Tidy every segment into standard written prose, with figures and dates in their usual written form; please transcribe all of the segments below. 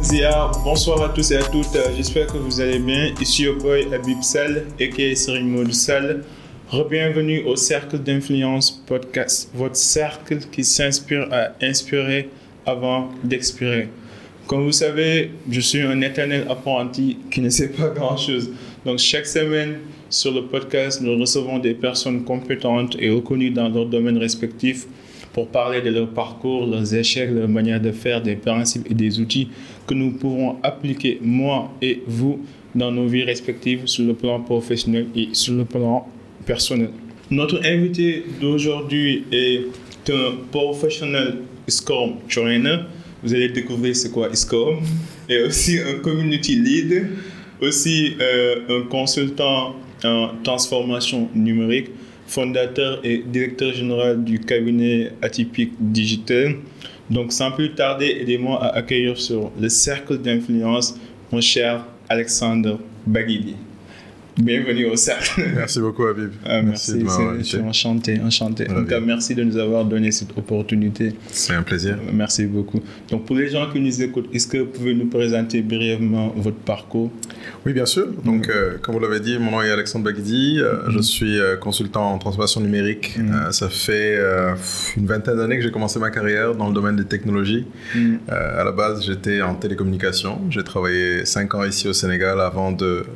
Zia, bonsoir à tous et à toutes, j'espère que vous allez bien. Ici your boy Habib Sall, aka Serigne Modou Sall. Bienvenue au Cercle d'Influence Podcast, votre cercle qui s'inspire à inspirer avant d'expirer. Comme vous savez, je suis un éternel apprenti qui ne sait pas grand-chose. Donc chaque semaine, sur le podcast, nous recevons des personnes compétentes et reconnues dans leur domaine respectif pour parler de leur parcours, leurs échecs, leur manière de faire, des principes et des outils que nous pouvons appliquer, moi et vous, dans nos vies respectives sur le plan professionnel et sur le plan personnel. Notre invité d'aujourd'hui est un professionnel Scrum Trainer. Vous allez découvrir c'est quoi Scrum. Et aussi un Community Lead, aussi un consultant en transformation numérique, fondateur et directeur général du cabinet Atypique Digital. Donc sans plus tarder, aidez-moi à accueillir sur le cercle d'influence mon cher Alexandre Baguidi. Bienvenue au cercle. Merci beaucoup Habib. Merci de m'avoir invité. Je suis enchanté. En tout cas, merci de nous avoir donné cette opportunité. C'est un plaisir. Merci beaucoup. Donc pour les gens qui nous écoutent, est-ce que vous pouvez nous présenter brièvement votre parcours? Oui, bien sûr. Donc comme vous l'avez dit, mon nom est Alexandre Baguidi. Je suis consultant en transformation numérique. Ça fait une vingtaine d'années que j'ai commencé ma carrière dans le domaine des technologies. À la base, j'étais en télécommunication. J'ai travaillé 5 ans ici au Sénégal avant de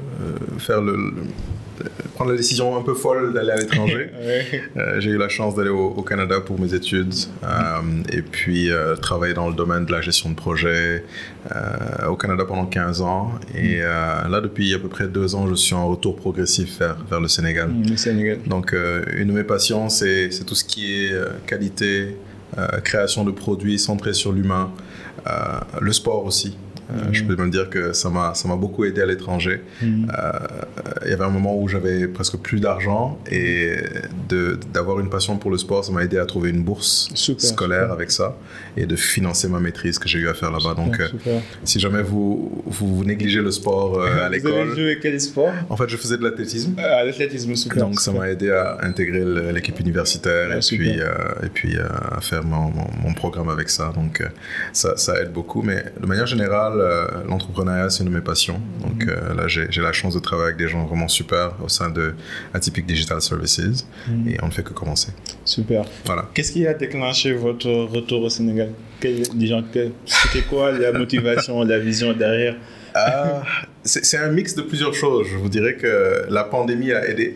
prendre la décision un peu folle d'aller à l'étranger. J'ai eu la chance d'aller au Canada pour mes études et puis travailler dans le domaine de la gestion de projet au Canada pendant 15 ans. Et là, depuis à peu près 2 ans, je suis en retour progressif vers le Sénégal. Donc, une de mes passions, c'est tout ce qui est qualité, création de produits centrés sur l'humain, le sport aussi. Je peux même dire que ça m'a beaucoup aidé à l'étranger. Il y avait un moment où j'avais presque plus d'argent et d'avoir une passion pour le sport, ça m'a aidé à trouver une bourse scolaire avec ça et de financer ma maîtrise que j'ai eu à faire là-bas. Donc, si jamais vous négligez le sport à l'école... Vous avez joué quel sport? En fait, je faisais de l'athlétisme. L'athlétisme, super. Donc, ça m'a aidé à intégrer l'équipe universitaire et puis à faire mon programme avec ça. Donc, ça aide beaucoup. Mais de manière générale, l'entrepreneuriat, c'est une de mes passions. Donc là, j'ai la chance de travailler avec des gens vraiment super au sein de Atypique Digital Services et on ne fait que commencer. Super. Voilà. Qu'est-ce qui a déclenché votre retour au Sénégal? C'était quoi la motivation, la vision derrière? C'est un mix de plusieurs choses. Je vous dirais que la pandémie a aidé.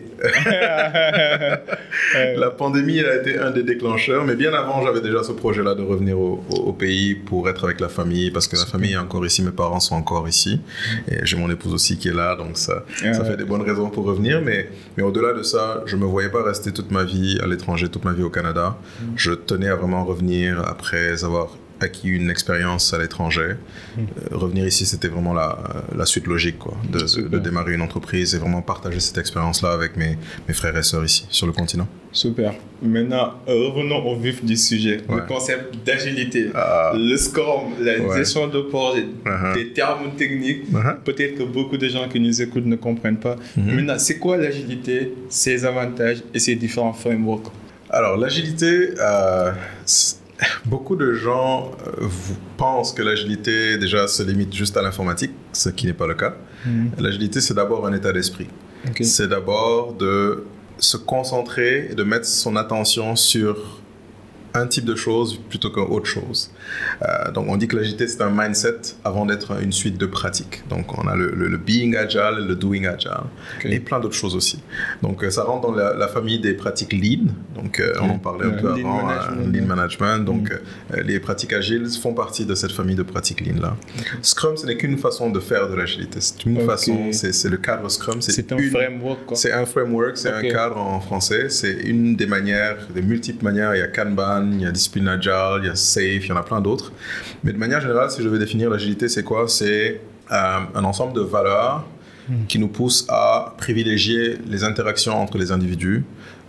La pandémie a été un des déclencheurs, mais bien avant, j'avais déjà ce projet-là de revenir au pays pour être avec la famille, parce que la famille est encore ici, mes parents sont encore ici, et j'ai mon épouse aussi qui est là, donc ça fait des bonnes raisons pour revenir, mais au-delà de ça, je ne me voyais pas rester toute ma vie à l'étranger, toute ma vie au Canada. Je tenais à vraiment revenir après avoir acquis une expérience à l'étranger. Revenir ici, c'était vraiment la suite logique, quoi, de démarrer une entreprise et vraiment partager cette expérience-là avec mes frères et sœurs ici, sur le continent. Super. Maintenant, revenons au vif du sujet. Le concept d'agilité, le Scrum, la gestion de projet, des termes techniques. Peut-être que beaucoup de gens qui nous écoutent ne comprennent pas. Maintenant, c'est quoi l'agilité, ses avantages et ses différents frameworks? Alors, l'agilité... Beaucoup de gens pensent que l'agilité déjà se limite juste à l'informatique, ce qui n'est pas le cas. L'agilité, c'est d'abord un état d'esprit. C'est d'abord de se concentrer et de mettre son attention sur un type de chose plutôt qu'autre chose. Donc on dit que l'agilité, c'est un mindset avant d'être une suite de pratiques. Donc on a le being agile et le doing agile et plein d'autres choses aussi. Donc ça rentre dans la famille des pratiques lean. Donc on en parlait un peu avant, lean management. Donc les pratiques agiles font partie de cette famille de pratiques lean là. Scrum, ce n'est qu'une façon de faire de l'agilité. C'est une façon, c'est le cadre Scrum. C'est un framework, quoi. C'est un framework, c'est un cadre en français. C'est une des manières, des multiples manières. Il y a Kanban, il y a discipline agile, il y a safe, il y en a plein d'autres. Mais de manière générale, si je devais définir l'agilité, c'est quoi? C'est un ensemble de valeurs qui nous poussent à privilégier les interactions entre les individus,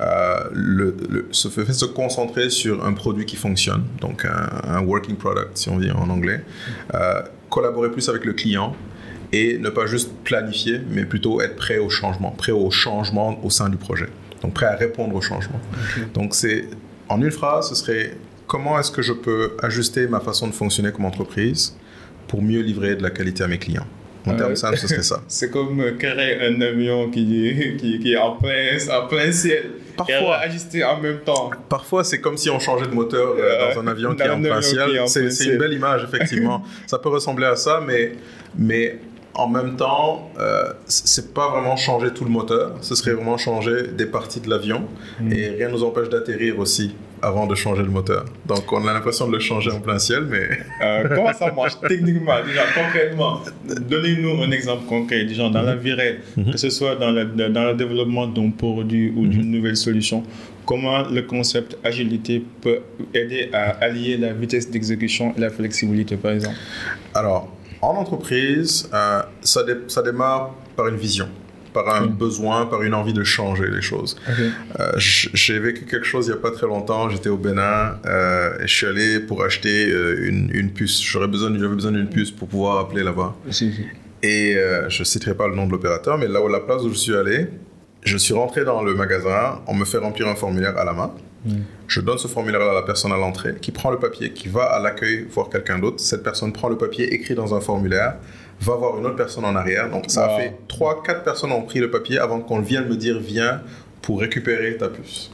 se concentrer sur un produit qui fonctionne, donc un working product, si on dit en anglais, collaborer plus avec le client et ne pas juste planifier, mais plutôt être prêt au changement au sein du projet. Donc prêt à répondre au changement. Donc en une phrase, ce serait comment est-ce que je peux ajuster ma façon de fonctionner comme entreprise pour mieux livrer de la qualité à mes clients. En termes simples, ce serait ça. C'est comme créer un avion qui est en plein ciel. Parfois. Et ajuster en même temps. Parfois, c'est comme si on changeait de moteur dans un avion qui est en plein ciel. C'est une belle image, effectivement. Ça peut ressembler à ça, mais en même temps, c'est pas vraiment changer tout le moteur. Ce serait vraiment changer des parties de l'avion. Et rien ne nous empêche d'atterrir aussi avant de changer le moteur. Donc, on a l'impression de le changer en plein ciel, mais... Comment ça marche techniquement, déjà, concrètement? Donnez-nous un exemple concret, déjà, dans la vie réelle, que ce soit dans le développement d'un produit ou d'une nouvelle solution. Comment le concept agilité peut aider à allier la vitesse d'exécution et la flexibilité, par exemple? Alors, en entreprise, ça démarre par une vision, par un besoin, par une envie de changer les choses. J'ai vécu quelque chose il n'y a pas très longtemps. J'étais au Bénin et je suis allé pour acheter une puce. J'avais besoin d'une puce pour pouvoir appeler là-bas. Et je ne citerai pas le nom de l'opérateur, mais la place où je suis allé, je suis rentré dans le magasin, on me fait remplir un formulaire à la main. Je donne ce formulaire à la personne à l'entrée qui prend le papier, qui va à l'accueil voir quelqu'un d'autre. Cette personne prend le papier, écrit dans un formulaire, va voir une autre personne en arrière. Donc ça a fait 3-4 personnes ont pris le papier avant qu'on vienne me dire viens pour récupérer ta puce.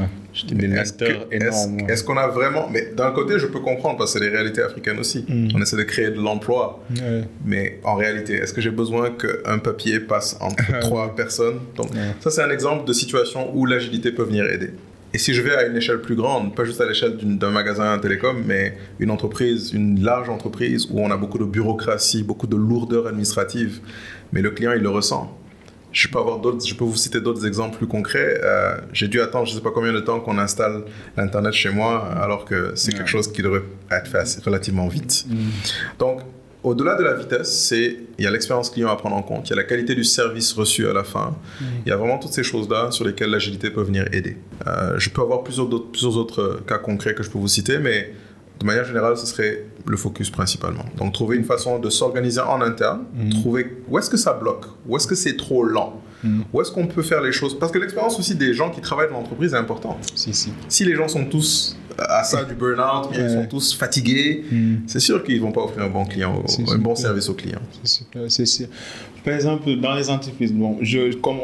Est-ce qu'on a vraiment... Mais d'un côté, je peux comprendre parce que c'est les réalités africaines aussi. On essaie de créer de l'emploi. Mais en réalité, est-ce que j'ai besoin qu'un papier passe entre 3 personnes? Donc ça, c'est un exemple de situation où l'agilité peut venir aider. Et si je vais à une échelle plus grande, pas juste à l'échelle d'un magasin télécom, mais une entreprise, une large entreprise où on a beaucoup de bureaucratie, beaucoup de lourdeur administrative, mais le client, il le ressent. Je peux vous citer d'autres exemples plus concrets. J'ai dû attendre je ne sais pas combien de temps qu'on installe l'Internet chez moi, alors que c'est quelque chose qui devrait être fait relativement vite. Donc, au-delà de la vitesse, il y a l'expérience client à prendre en compte, il y a la qualité du service reçu à la fin, il y a vraiment toutes ces choses-là sur lesquelles l'agilité peut venir aider. Je peux avoir plusieurs autres cas concrets que je peux vous citer, mais de manière générale, ce serait le focus principalement. Donc, trouver une façon de s'organiser en interne, trouver où est-ce que ça bloque, où est-ce que c'est trop lent, où est-ce qu'on peut faire les choses. Parce que l'expérience aussi des gens qui travaillent dans l'entreprise est importante. Si les gens sont tous à ça du burn-out, ils sont tous fatigués, c'est sûr qu'ils ne vont pas offrir un bon bon service au client. C'est sûr. Par exemple, dans les entreprises, comme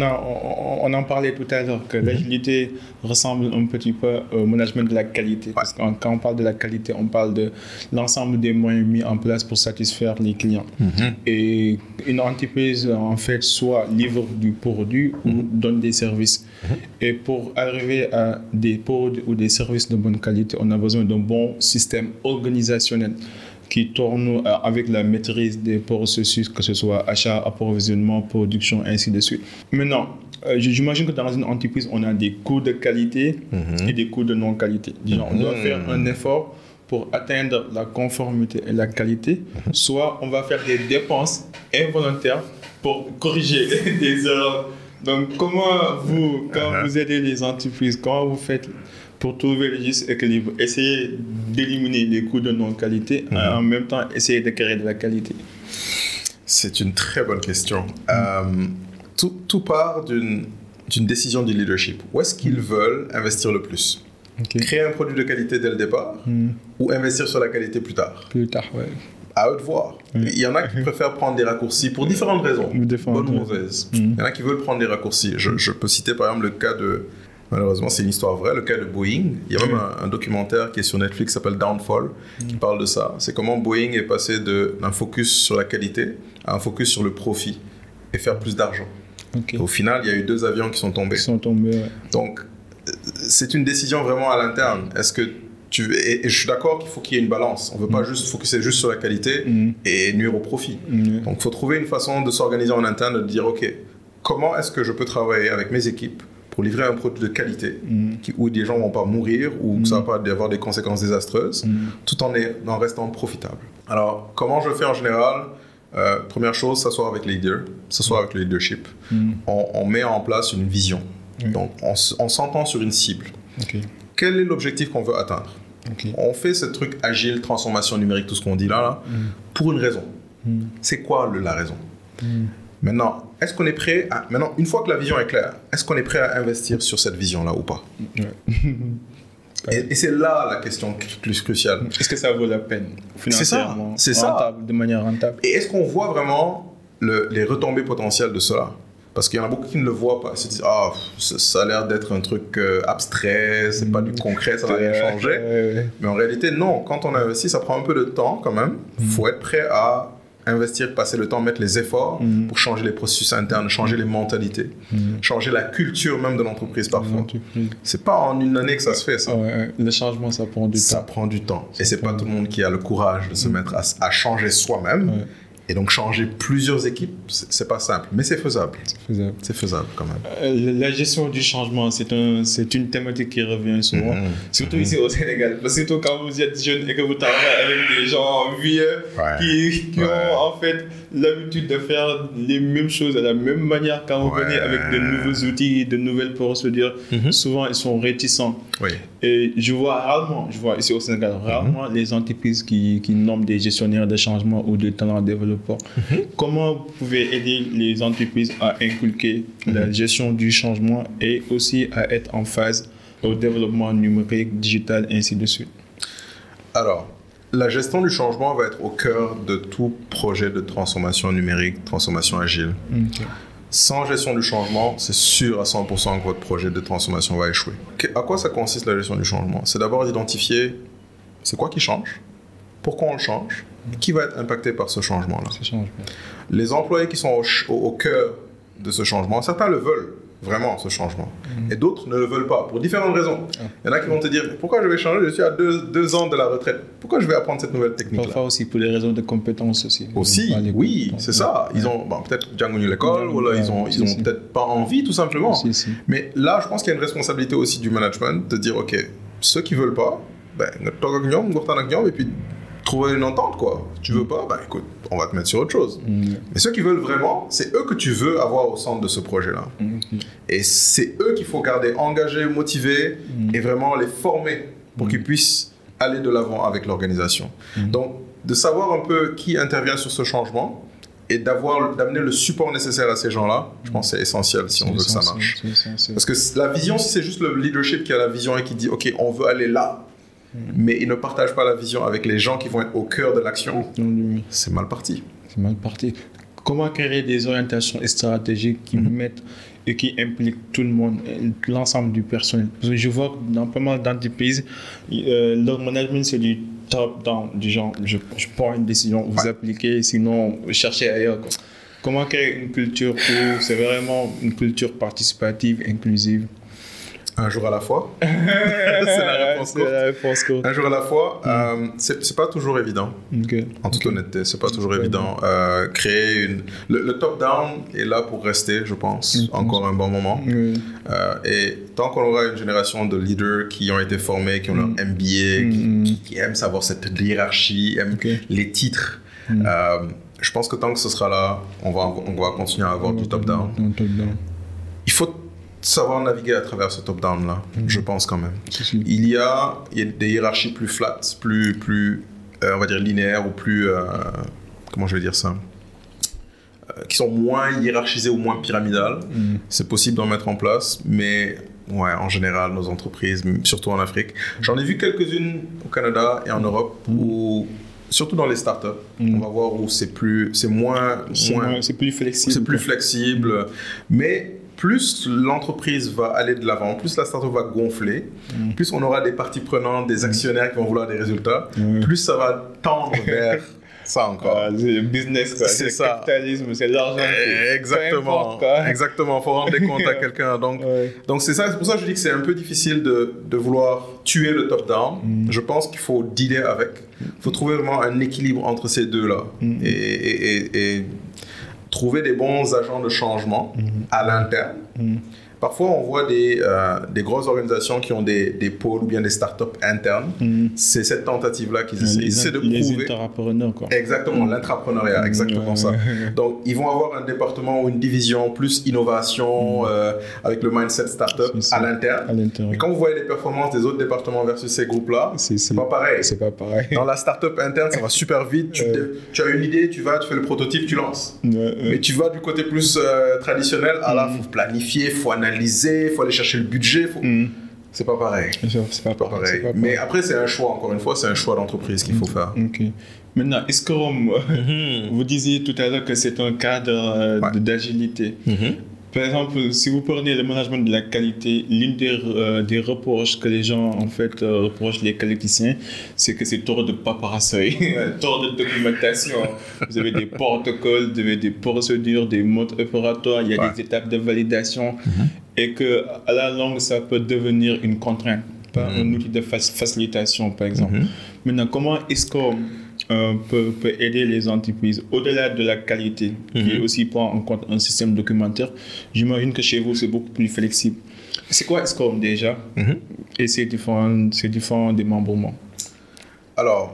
on en parlait tout à l'heure, que l'agilité ressemble un petit peu au management de la qualité. Parce que quand on parle de la qualité, on parle de l'ensemble des moyens mis en place pour satisfaire les clients. Et une entreprise, en fait, soit livre du produit ou donne des services. Et pour arriver à des produits ou des services de bonne qualité, on a besoin d'un bon système organisationnel qui tourne avec la maîtrise des processus, que ce soit achat, approvisionnement, production, ainsi de suite. Maintenant, j'imagine que dans une entreprise, on a des coûts de qualité et des coûts de non-qualité. Disons, on doit faire un effort pour atteindre la conformité et la qualité, soit on va faire des dépenses involontaires pour corriger des erreurs. Donc, comment vous, quand vous aidez les entreprises, comment vous faites pour trouver le juste équilibre, essayer d'éliminer les coûts de non-qualité, en même temps essayer de créer de la qualité? C'est une très bonne question. Tout part d'une décision du leadership. Où est-ce qu'ils veulent investir le plus? Créer un produit de qualité dès le départ ou investir sur la qualité plus tard? Plus tard, oui. À eux de voir. Il y en a qui préfèrent prendre des raccourcis pour différentes raisons, bonnes ou mauvaises. Il y en a qui veulent prendre des raccourcis. Je peux citer par exemple le cas de... Malheureusement, c'est une histoire vraie, le cas de Boeing. Il y a même un documentaire qui est sur Netflix qui s'appelle Downfall, qui parle de ça. C'est comment Boeing est passé d'un focus sur la qualité à un focus sur le profit et faire plus d'argent. Au final, il y a eu 2 avions qui sont tombés. Donc, c'est une décision vraiment à l'interne. Est-ce que et je suis d'accord qu'il faut qu'il y ait une balance. On ne veut pas juste focuser juste sur la qualité et nuire au profit. Donc, il faut trouver une façon de s'organiser en interne, de dire, OK, comment est-ce que je peux travailler avec mes équipes pour livrer un produit de qualité où des gens ne vont pas mourir ou que ça ne va pas avoir des conséquences désastreuses, tout en restant profitable. Alors, comment je fais en général? Première chose, s'asseoir avec les leaders, s'asseoir avec le leadership. On met en place une vision. Donc, on s'entend sur une cible. Quel est l'objectif qu'on veut atteindre? On fait ce truc agile, transformation numérique, tout ce qu'on dit là pour une raison. C'est quoi la raison? Maintenant, est-ce qu'on est prêt à... Maintenant, une fois que la vision est claire, est-ce qu'on est prêt à investir sur cette vision-là ou pas? Et c'est là la question plus cruciale. Est-ce que ça vaut la peine financièrement? C'est ça. De manière rentable. Et est-ce qu'on voit vraiment les retombées potentielles de cela? Parce qu'il y en a beaucoup qui ne le voient pas. Ils se disent, ça a l'air d'être un truc abstrait, c'est pas du concret, ça va rien changer. Mais en réalité, non. Quand on investit, ça prend un peu de temps quand même. Il faut être prêt à investir, passer le temps, mettre les efforts pour changer les processus internes, changer les mentalités, changer la culture même de l'entreprise parfois. C'est pas en une année que ça se fait, ça. Le changement, ça prend du temps. Ça prend du temps. Et c'est pas tout le monde qui a le courage de se mettre à changer soi-même. Et donc, changer plusieurs équipes, c'est pas simple, mais c'est faisable. C'est faisable quand même. La gestion du changement, c'est une thématique qui revient souvent, surtout ici au Sénégal. Surtout quand vous êtes jeune et que vous travaillez avec des gens vieux qui ont en fait l'habitude de faire les mêmes choses de la même manière. Quand vous venez avec de nouveaux outils, de nouvelles procédures, souvent ils sont réticents. Et je vois ici au Sénégal, rarement les entreprises qui nomment des gestionnaires de changement ou de talents développeurs. Comment vous pouvez aider les entreprises à inculquer la gestion du changement et aussi à être en phase au développement numérique, digital, et ainsi de suite? Alors, la gestion du changement va être au cœur de tout projet de transformation numérique, transformation agile. Sans gestion du changement, c'est sûr à 100% que votre projet de transformation va échouer. À quoi ça consiste la gestion du changement? C'est d'abord d'identifier c'est quoi qui change, pourquoi on le change, et qui va être impacté par ce changement-là. Les employés qui sont au cœur de ce changement, certains le veulent vraiment, ce changement, et d'autres ne le veulent pas, pour différentes raisons. Il y en a qui vont te dire, mais pourquoi je vais changer? Je suis à 2 ans de la retraite. Pourquoi je vais apprendre cette nouvelle technique-là? Parfois aussi pour les raisons de compétences aussi. Oui, c'est ça. Ils ont peut-être déjà connu l'école, ou là, ils ont peut-être pas envie, tout simplement. Mais là, je pense qu'il y a une responsabilité aussi du management de dire, OK, ceux qui veulent pas, et puis trouver une entente, quoi. Tu veux pas, écoute, on va te mettre sur autre chose. Mais ceux qui veulent vraiment, c'est eux que tu veux avoir au centre de ce projet-là. Et c'est eux qu'il faut garder engagés, motivés et vraiment les former pour qu'ils puissent aller de l'avant avec l'organisation. Donc, de savoir un peu qui intervient sur ce changement et d'amener le support nécessaire à ces gens-là, je pense que c'est essentiel si on veut que ça marche. Parce que la vision, si c'est juste le leadership qui a la vision et qui dit, OK, on veut aller là, mais ils ne partagent pas la vision avec les gens qui vont être au cœur de l'action, c'est mal parti. Comment créer des orientations stratégiques qui mettent et qui impliquent tout le monde, l'ensemble du personnel? Parce que je vois que dans pas mal d'entreprises, leur management c'est du top-down, du genre je prends une décision, vous appliquez, sinon cherchez ailleurs, quoi. Comment créer une culture où c'est vraiment une culture participative, inclusive? Un jour à la fois. C'est la réponse courte. Un jour à la fois. C'est pas toujours évident. En toute honnêteté, c'est pas toujours évident. Créer le top-down est là pour rester, je pense, encore un bon moment. Et tant qu'on aura une génération de leaders qui ont été formés, qui ont leur MBA, qui aiment savoir cette hiérarchie, aiment les titres, je pense que tant que ce sera là, on va continuer à avoir du top-down. Il faut savoir naviguer à travers ce top-down-là, je pense quand même. Il y a des hiérarchies plus flat, plus on va dire linéaires ou plus, comment je vais dire ça, qui sont moins hiérarchisées ou moins pyramidales. C'est possible d'en mettre en place, mais en général, nos entreprises, surtout en Afrique, j'en ai vu quelques-unes au Canada et en Europe où, surtout dans les startups, on va voir où c'est plus flexible. C'est plus flexible, mais plus l'entreprise va aller de l'avant, plus la startup va gonfler, plus on aura des parties prenantes, des actionnaires qui vont vouloir des résultats, plus ça va tendre vers ça encore. C'est le business, quoi. C'est le capitalisme, c'est l'argent. Exactement. Exactement. Il faut rendre des comptes à quelqu'un. Donc c'est ça. C'est pour ça que je dis que c'est un peu difficile de vouloir tuer le top-down. Je pense qu'il faut dealer avec. Il faut trouver vraiment un équilibre entre ces deux-là. Et trouver des bons agents de changement à l'interne. Parfois, on voit des grosses organisations qui ont des pôles ou bien des startups internes. C'est cette tentative-là qu'ils essaient de prouver. Les intrapreneurs, quoi. Exactement, l'intrapreneuriat, exactement ça. Donc, ils vont avoir un département ou une division plus innovation avec le mindset startup à l'interne. Mais quand vous voyez les performances des autres départements versus ces groupes-là, c'est pas pareil. C'est pas pareil. Dans la startup interne, ça va super vite. Tu as une idée, tu fais le prototype, tu lances. Mais tu vas du côté plus traditionnel, il faut planifier, il faut analyser, il faut aller chercher le budget. C'est pas pareil. C'est pas pareil. Mais après, c'est un choix, encore une fois, c'est un choix d'entreprise qu'il faut faire. Ok. Maintenant, Scrum, vous disiez tout à l'heure que c'est un cadre d'agilité. Par exemple, si vous prenez le management de la qualité, l'une des reproches que les gens en fait reprochent les qualiticiens, c'est que c'est trop de paperasserie, trop de documentation. Vous avez des protocoles, vous avez des procédures, des modes opératoires, il y a des étapes de validation, et que à la longue, ça peut devenir une contrainte, pas un outil de facilitation, par exemple. Maintenant, comment est-ce qu'on peut aider les entreprises au-delà de la qualité, qui aussi prend en compte un système documentaire? J'imagine que chez vous, c'est beaucoup plus flexible. C'est quoi Scrum déjà et ses différents démembrements? Alors,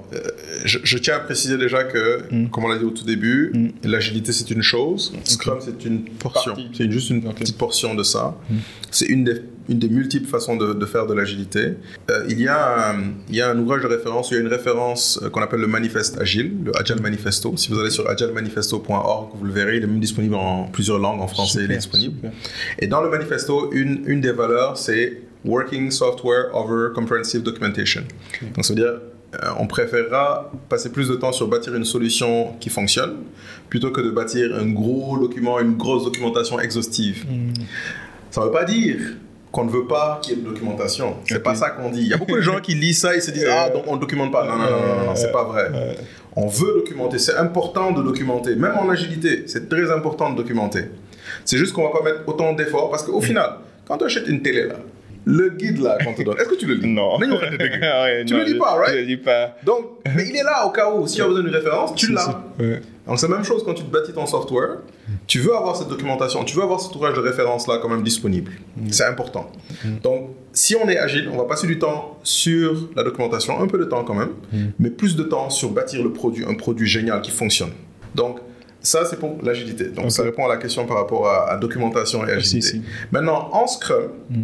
je tiens à préciser déjà que, comme on l'a dit au tout début, l'agilité c'est une chose, Scrum c'est une portion, c'est juste une petite portion de ça. C'est une des multiples façons de faire de l'agilité. Il y a un ouvrage de référence, il y a une référence qu'on appelle le manifeste agile, le Agile Manifesto. Si vous allez sur agilemanifesto.org, vous le verrez, il est même disponible en plusieurs langues, en français il est disponible. Super. Et dans le manifesto, une des valeurs c'est Working Software Over Comprehensive Documentation. Donc ça veut dire on préférera passer plus de temps sur bâtir une solution qui fonctionne plutôt que de bâtir un gros document, une grosse documentation exhaustive. Ça ne veut pas dire qu'on ne veut pas qu'il y ait de documentation. C'est pas ça qu'on dit. Il y a beaucoup de gens qui lisent ça et se disent donc on ne documente pas. Non, c'est pas vrai. On veut documenter. C'est important de documenter. Même en agilité, c'est très important de documenter. C'est juste qu'on ne va pas mettre autant d'efforts parce qu'au final, quand tu achètes une télé là, le guide là qu'on te donne, est-ce que tu le lis? Non. Tu ne le lis pas, right? Je le lis pas. Donc, mais il est là au cas où, si tu as besoin d'une référence, tu l'as. Donc c'est la même chose quand tu te bâtis ton software, tu veux avoir cette documentation, tu veux avoir cet ouvrage de référence là quand même disponible. C'est important. Donc si on est agile, on va passer du temps sur la documentation, un peu de temps quand même, mais plus de temps sur bâtir le produit, un produit génial qui fonctionne. Donc ça c'est pour l'agilité. Donc ça répond à la question par rapport à documentation et agilité. Maintenant en Scrum,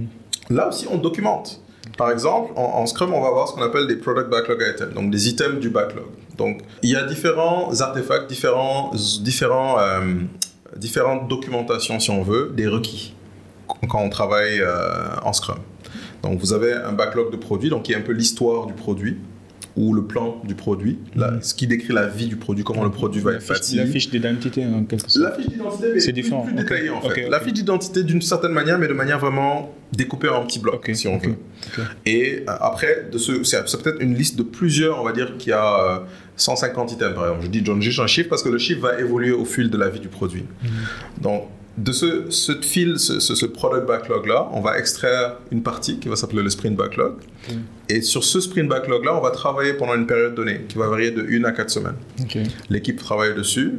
là aussi, on documente. Par exemple, en Scrum, on va avoir ce qu'on appelle des Product Backlog Items, donc des items du backlog. Donc, il y a différents artefacts, différentes documentations, si on veut, des requis quand on travaille en Scrum. Donc, vous avez un backlog de produits, donc qui est un peu l'histoire du produit ou le plan du produit, ce qui décrit la vie du produit, comment le produit va être bâti. La fiche d'identité, en quelque sorte. La fiche d'identité, mais c'est plus détaillée en fait. La fiche d'identité d'une certaine manière, mais de manière vraiment découpée en petits blocs, si on veut. Et après, c'est peut-être une liste de plusieurs, on va dire, qui a 150 items, par exemple. Je dis juste un chiffre parce que le chiffre va évoluer au fil de la vie du produit. Donc, de ce product backlog là, on va extraire une partie qui va s'appeler le sprint backlog. Et sur ce sprint backlog là, on va travailler pendant une période donnée qui va varier de 1 à 4 semaines. L'équipe travaille dessus.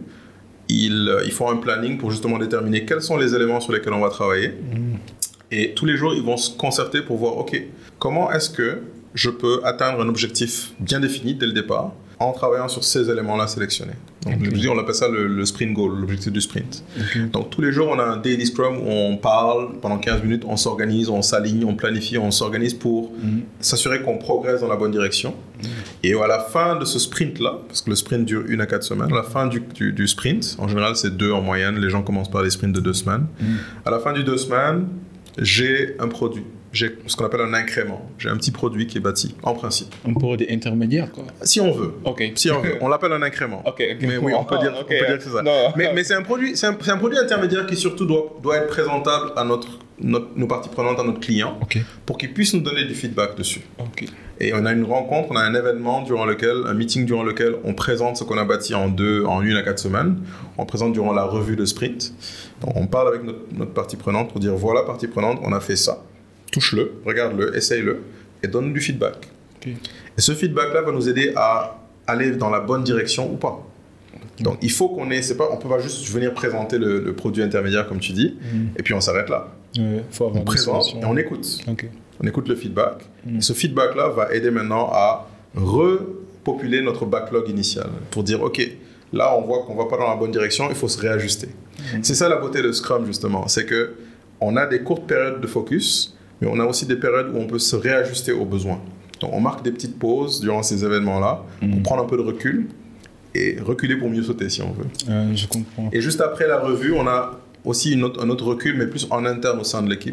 Ils font un planning pour justement déterminer quels sont les éléments sur lesquels on va travailler. Et tous les jours, ils vont se concerter pour voir, OK, comment est-ce que je peux atteindre un objectif bien défini dès le départ en travaillant sur ces éléments-là sélectionnés. Donc, on appelle ça le sprint goal, l'objectif du sprint. Donc, tous les jours, on a un daily scrum où on parle pendant 15 minutes, on s'organise, on s'aligne, on planifie, on s'organise pour s'assurer qu'on progresse dans la bonne direction. Et à la fin de ce sprint-là, parce que le sprint dure 1 à 4 semaines, à la fin du sprint, en général, c'est 2 en moyenne, les gens commencent par des sprints de 2 semaines. À la fin du 2 semaines, j'ai un produit. J'ai ce qu'on appelle un incrément. J'ai un petit produit qui est bâti, en principe. Un produit intermédiaire, quoi. Si on veut. Si on veut. On l'appelle un incrément. Mais oui, on peut dire que c'est ça. Mais c'est un produit intermédiaire qui surtout doit être présentable à nos parties prenantes, à notre client, pour qu'ils puissent nous donner du feedback dessus. Et on a une rencontre, on a un événement un meeting durant lequel on présente ce qu'on a bâti en 1 à 4 semaines. On présente durant la revue de sprint. Donc on parle avec notre partie prenante pour dire, voilà, partie prenante, on a fait ça. Touche-le, regarde-le, essaye-le et donne du feedback. Et ce feedback-là va nous aider à aller dans la bonne direction ou pas. Donc, il faut qu'on ait... on ne peut pas juste venir présenter le produit intermédiaire, comme tu dis, et puis on s'arrête là. On présente et on écoute. On écoute le feedback. Et ce feedback-là va aider maintenant à repopuler notre backlog initial pour dire, OK, là, on voit qu'on ne va pas dans la bonne direction, il faut se réajuster. C'est ça la beauté de Scrum, justement. C'est qu'on a des courtes périodes de focus, mais on a aussi des périodes où on peut se réajuster aux besoins. Donc, on marque des petites pauses durant ces événements-là pour prendre un peu de recul et reculer pour mieux sauter, si on veut. Je comprends. Et juste après la revue, on a aussi un autre recul, mais plus en interne au sein de l'équipe,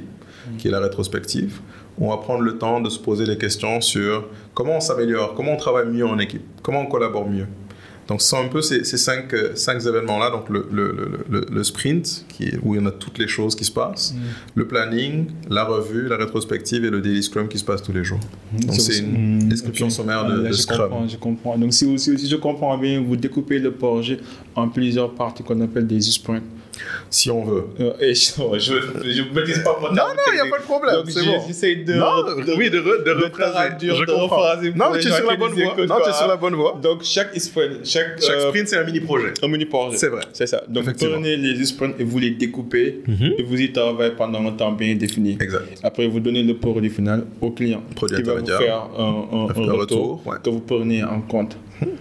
qui est la rétrospective, où on va prendre le temps de se poser des questions sur comment on s'améliore, comment on travaille mieux en équipe, comment on collabore mieux. Donc, ce sont un peu ces cinq événements-là. Donc, le sprint, où il y en a toutes les choses qui se passent, le planning, la revue, la rétrospective et le daily scrum qui se passe tous les jours. Donc, c'est une description sommaire de scrum. Je comprends. Donc, si je comprends bien, vous découpez le projet en plusieurs parties qu'on appelle des sprints. Si on veut. Je ne maîtrise pas mon terme. Non, il n'y a pas de problème. Donc, j'essaie de rephraser. Je comprends. Non, mais tu es sur la bonne voie. Tu es sur la bonne voie. Donc, chaque sprint, c'est un mini-projet. Un mini-projet. C'est vrai. C'est ça. Donc, vous prenez les sprints et vous les découpez et vous y travaillez pendant un temps bien défini. Exact. Après, vous donnez le produit final au client qui va vous faire un retour que vous prenez en compte.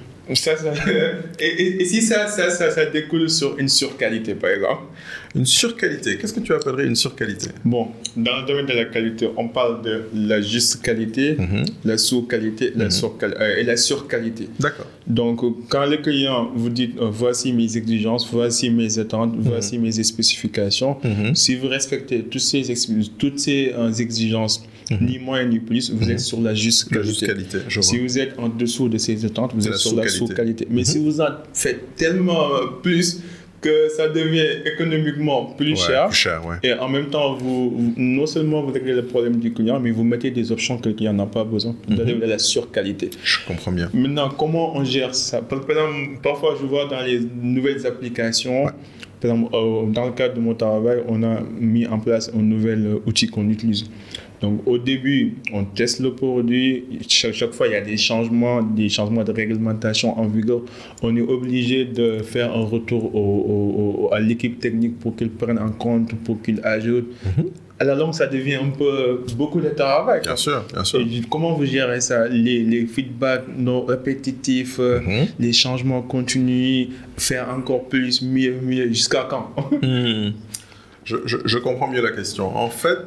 Et si ça découle sur une surqualité, par exemple? Une surqualité, qu'est-ce que tu appellerais une surqualité? Bon, dans le domaine de la qualité, on parle de la juste qualité, la sous-qualité et la surqualité. D'accord. Donc, quand le client vous dit voici mes exigences, voici mes attentes, voici mes spécifications, si vous respectez toutes ces exigences, ni moins ni plus, vous êtes sur la juste qualité. Si vous êtes en dessous de ces attentes, vous êtes sur la sous-qualité. Mais si vous en faites tellement plus que ça devient économiquement plus cher, et en même temps, vous non seulement vous réglez le problème du client, mais vous mettez des options que le client n'a pas besoin. Vous avez de la surqualité. Je comprends bien. Maintenant, comment on gère ça? Par exemple, parfois, je vois dans les nouvelles applications, par exemple, dans le cadre de mon travail, on a mis en place un nouvel outil qu'on utilise. Donc, au début, on teste le produit. Chaque fois, il y a des changements de réglementation en vigueur. On est obligé de faire un retour à l'équipe technique pour qu'ils prennent en compte, pour qu'ils ajoutent. À la longue, ça devient beaucoup de travail. Bien sûr. Et comment vous gérez ça? Les feedbacks non répétitifs, les changements continus, faire encore plus, mieux, jusqu'à quand? Je comprends mieux la question. En fait,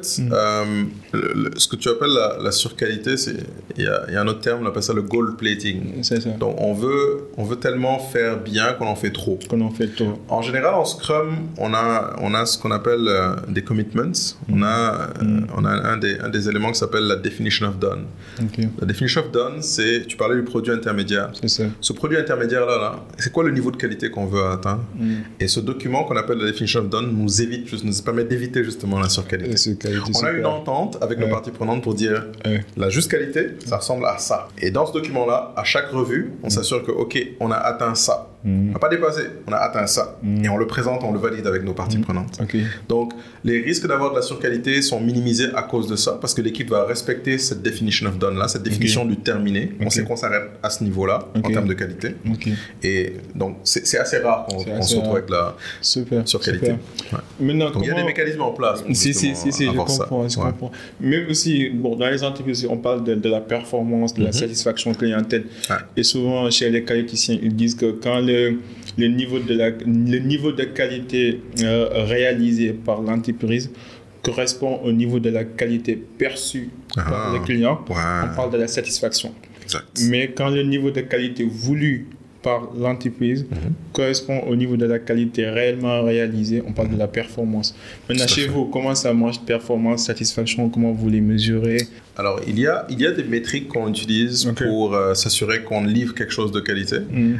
ce que tu appelles la surqualité, il y a un autre terme, on appelle ça le gold plating. C'est ça. Donc, on veut tellement faire bien qu'on en fait trop. En général, en Scrum, on a ce qu'on appelle des commitments. On a un des éléments qui s'appelle la definition of done. Okay. La definition of done, tu parlais du produit intermédiaire. C'est ça. Ce produit intermédiaire-là, c'est quoi le niveau de qualité qu'on veut atteindre? Et ce document qu'on appelle la definition of done nous permet d'éviter justement la surqualité. On a une entente avec nos parties prenantes pour dire la juste qualité, ça ressemble à ça. Et dans ce document-là, à chaque revue, on s'assure que, OK, on a atteint ça. On n'a pas dépassé, on a atteint ça. Et on le présente, on le valide avec nos parties prenantes. Okay. Donc, les risques d'avoir de la surqualité sont minimisés à cause de ça, parce que l'équipe va respecter cette definition of done-là, cette définition du terminé. On sait qu'on s'arrête à ce niveau-là, en termes de qualité. Et donc, c'est assez rare qu'on se retrouve avec la surqualité. Ouais. Maintenant, donc, il y a des mécanismes en place pour je comprends. Mais aussi, dans les entreprises, on parle de la performance, de la satisfaction clientèle. Et souvent, chez les qualiticiens, ils disent que quand le niveau de qualité réalisé par l'entreprise correspond au niveau de la qualité perçue par le client, on parle de la satisfaction. Exact. Mais quand le niveau de qualité voulu par l'entreprise correspond au niveau de la qualité réellement réalisée, on parle de la performance. Maintenant, chez vous, comment ça marche, performance, satisfaction, comment vous les mesurez? Alors, il y a des métriques qu'on utilise pour s'assurer qu'on livre quelque chose de qualité.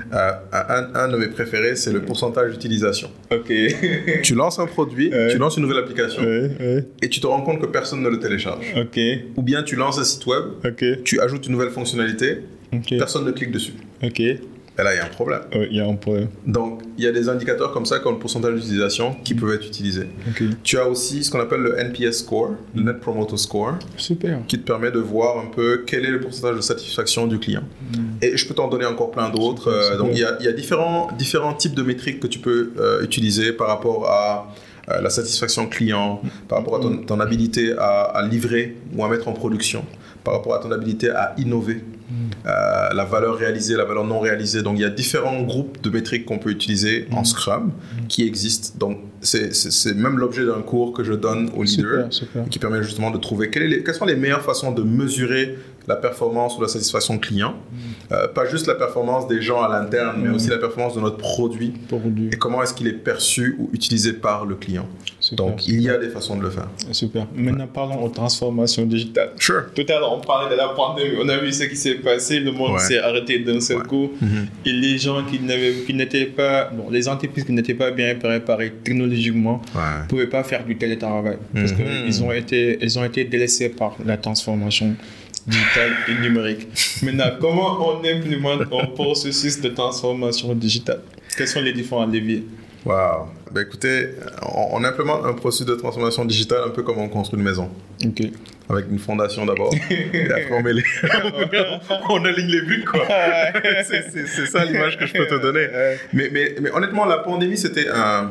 Un de mes préférés, c'est le pourcentage d'utilisation. Tu lances un produit, tu lances une nouvelle application et tu te rends compte que personne ne le télécharge. Ou bien tu lances un site web, tu ajoutes une nouvelle fonctionnalité, personne ne clique dessus. Et là, il y a un problème. Il y a un problème. Donc, il y a des indicateurs comme ça, comme le pourcentage d'utilisation, qui peuvent être utilisés. Tu as aussi ce qu'on appelle le NPS score, le Net Promoter Score, qui te permet de voir un peu quel est le pourcentage de satisfaction du client. Et je peux t'en donner encore plein d'autres. Donc, il y a différents types de métriques que tu peux utiliser par rapport à la satisfaction client, par rapport à ton habilité à livrer ou à mettre en production, par rapport à ton habilité à innover. La valeur réalisée, la valeur non réalisée. Donc, il y a différents groupes de métriques qu'on peut utiliser en Scrum qui existent. Donc, c'est même l'objet d'un cours que je donne aux leaders qui permet justement de trouver quelles sont les meilleures façons de mesurer la performance ou la satisfaction client. Pas juste la performance des gens à l'interne, mais aussi la performance de notre produit. Et comment est-ce qu'il est perçu ou utilisé par le client. Super, Donc, il y a des façons de le faire. Super. Maintenant, parlons aux transformations digitales. Sure. Tout à l'heure, on parlait de la pandémie. On a vu ce qui s'est passé. Le monde s'est arrêté d'un seul coup. Et les gens qui n'étaient pas... Bon, les entreprises qui n'étaient pas bien préparées technologiquement ne pouvaient pas faire du télétravail. Parce qu'ils ont été délaissés par la transformation digitale et numérique. Maintenant, comment on implémente un processus de transformation digitale? Quels sont les différents leviers? Wow. Ben écoutez, on implémente un processus de transformation digitale un peu comme on construit une maison. Ok. Avec une fondation d'abord. Et après, on aligne les briques, quoi. C'est ça l'image que je peux te donner. Mais honnêtement, la pandémie, c'était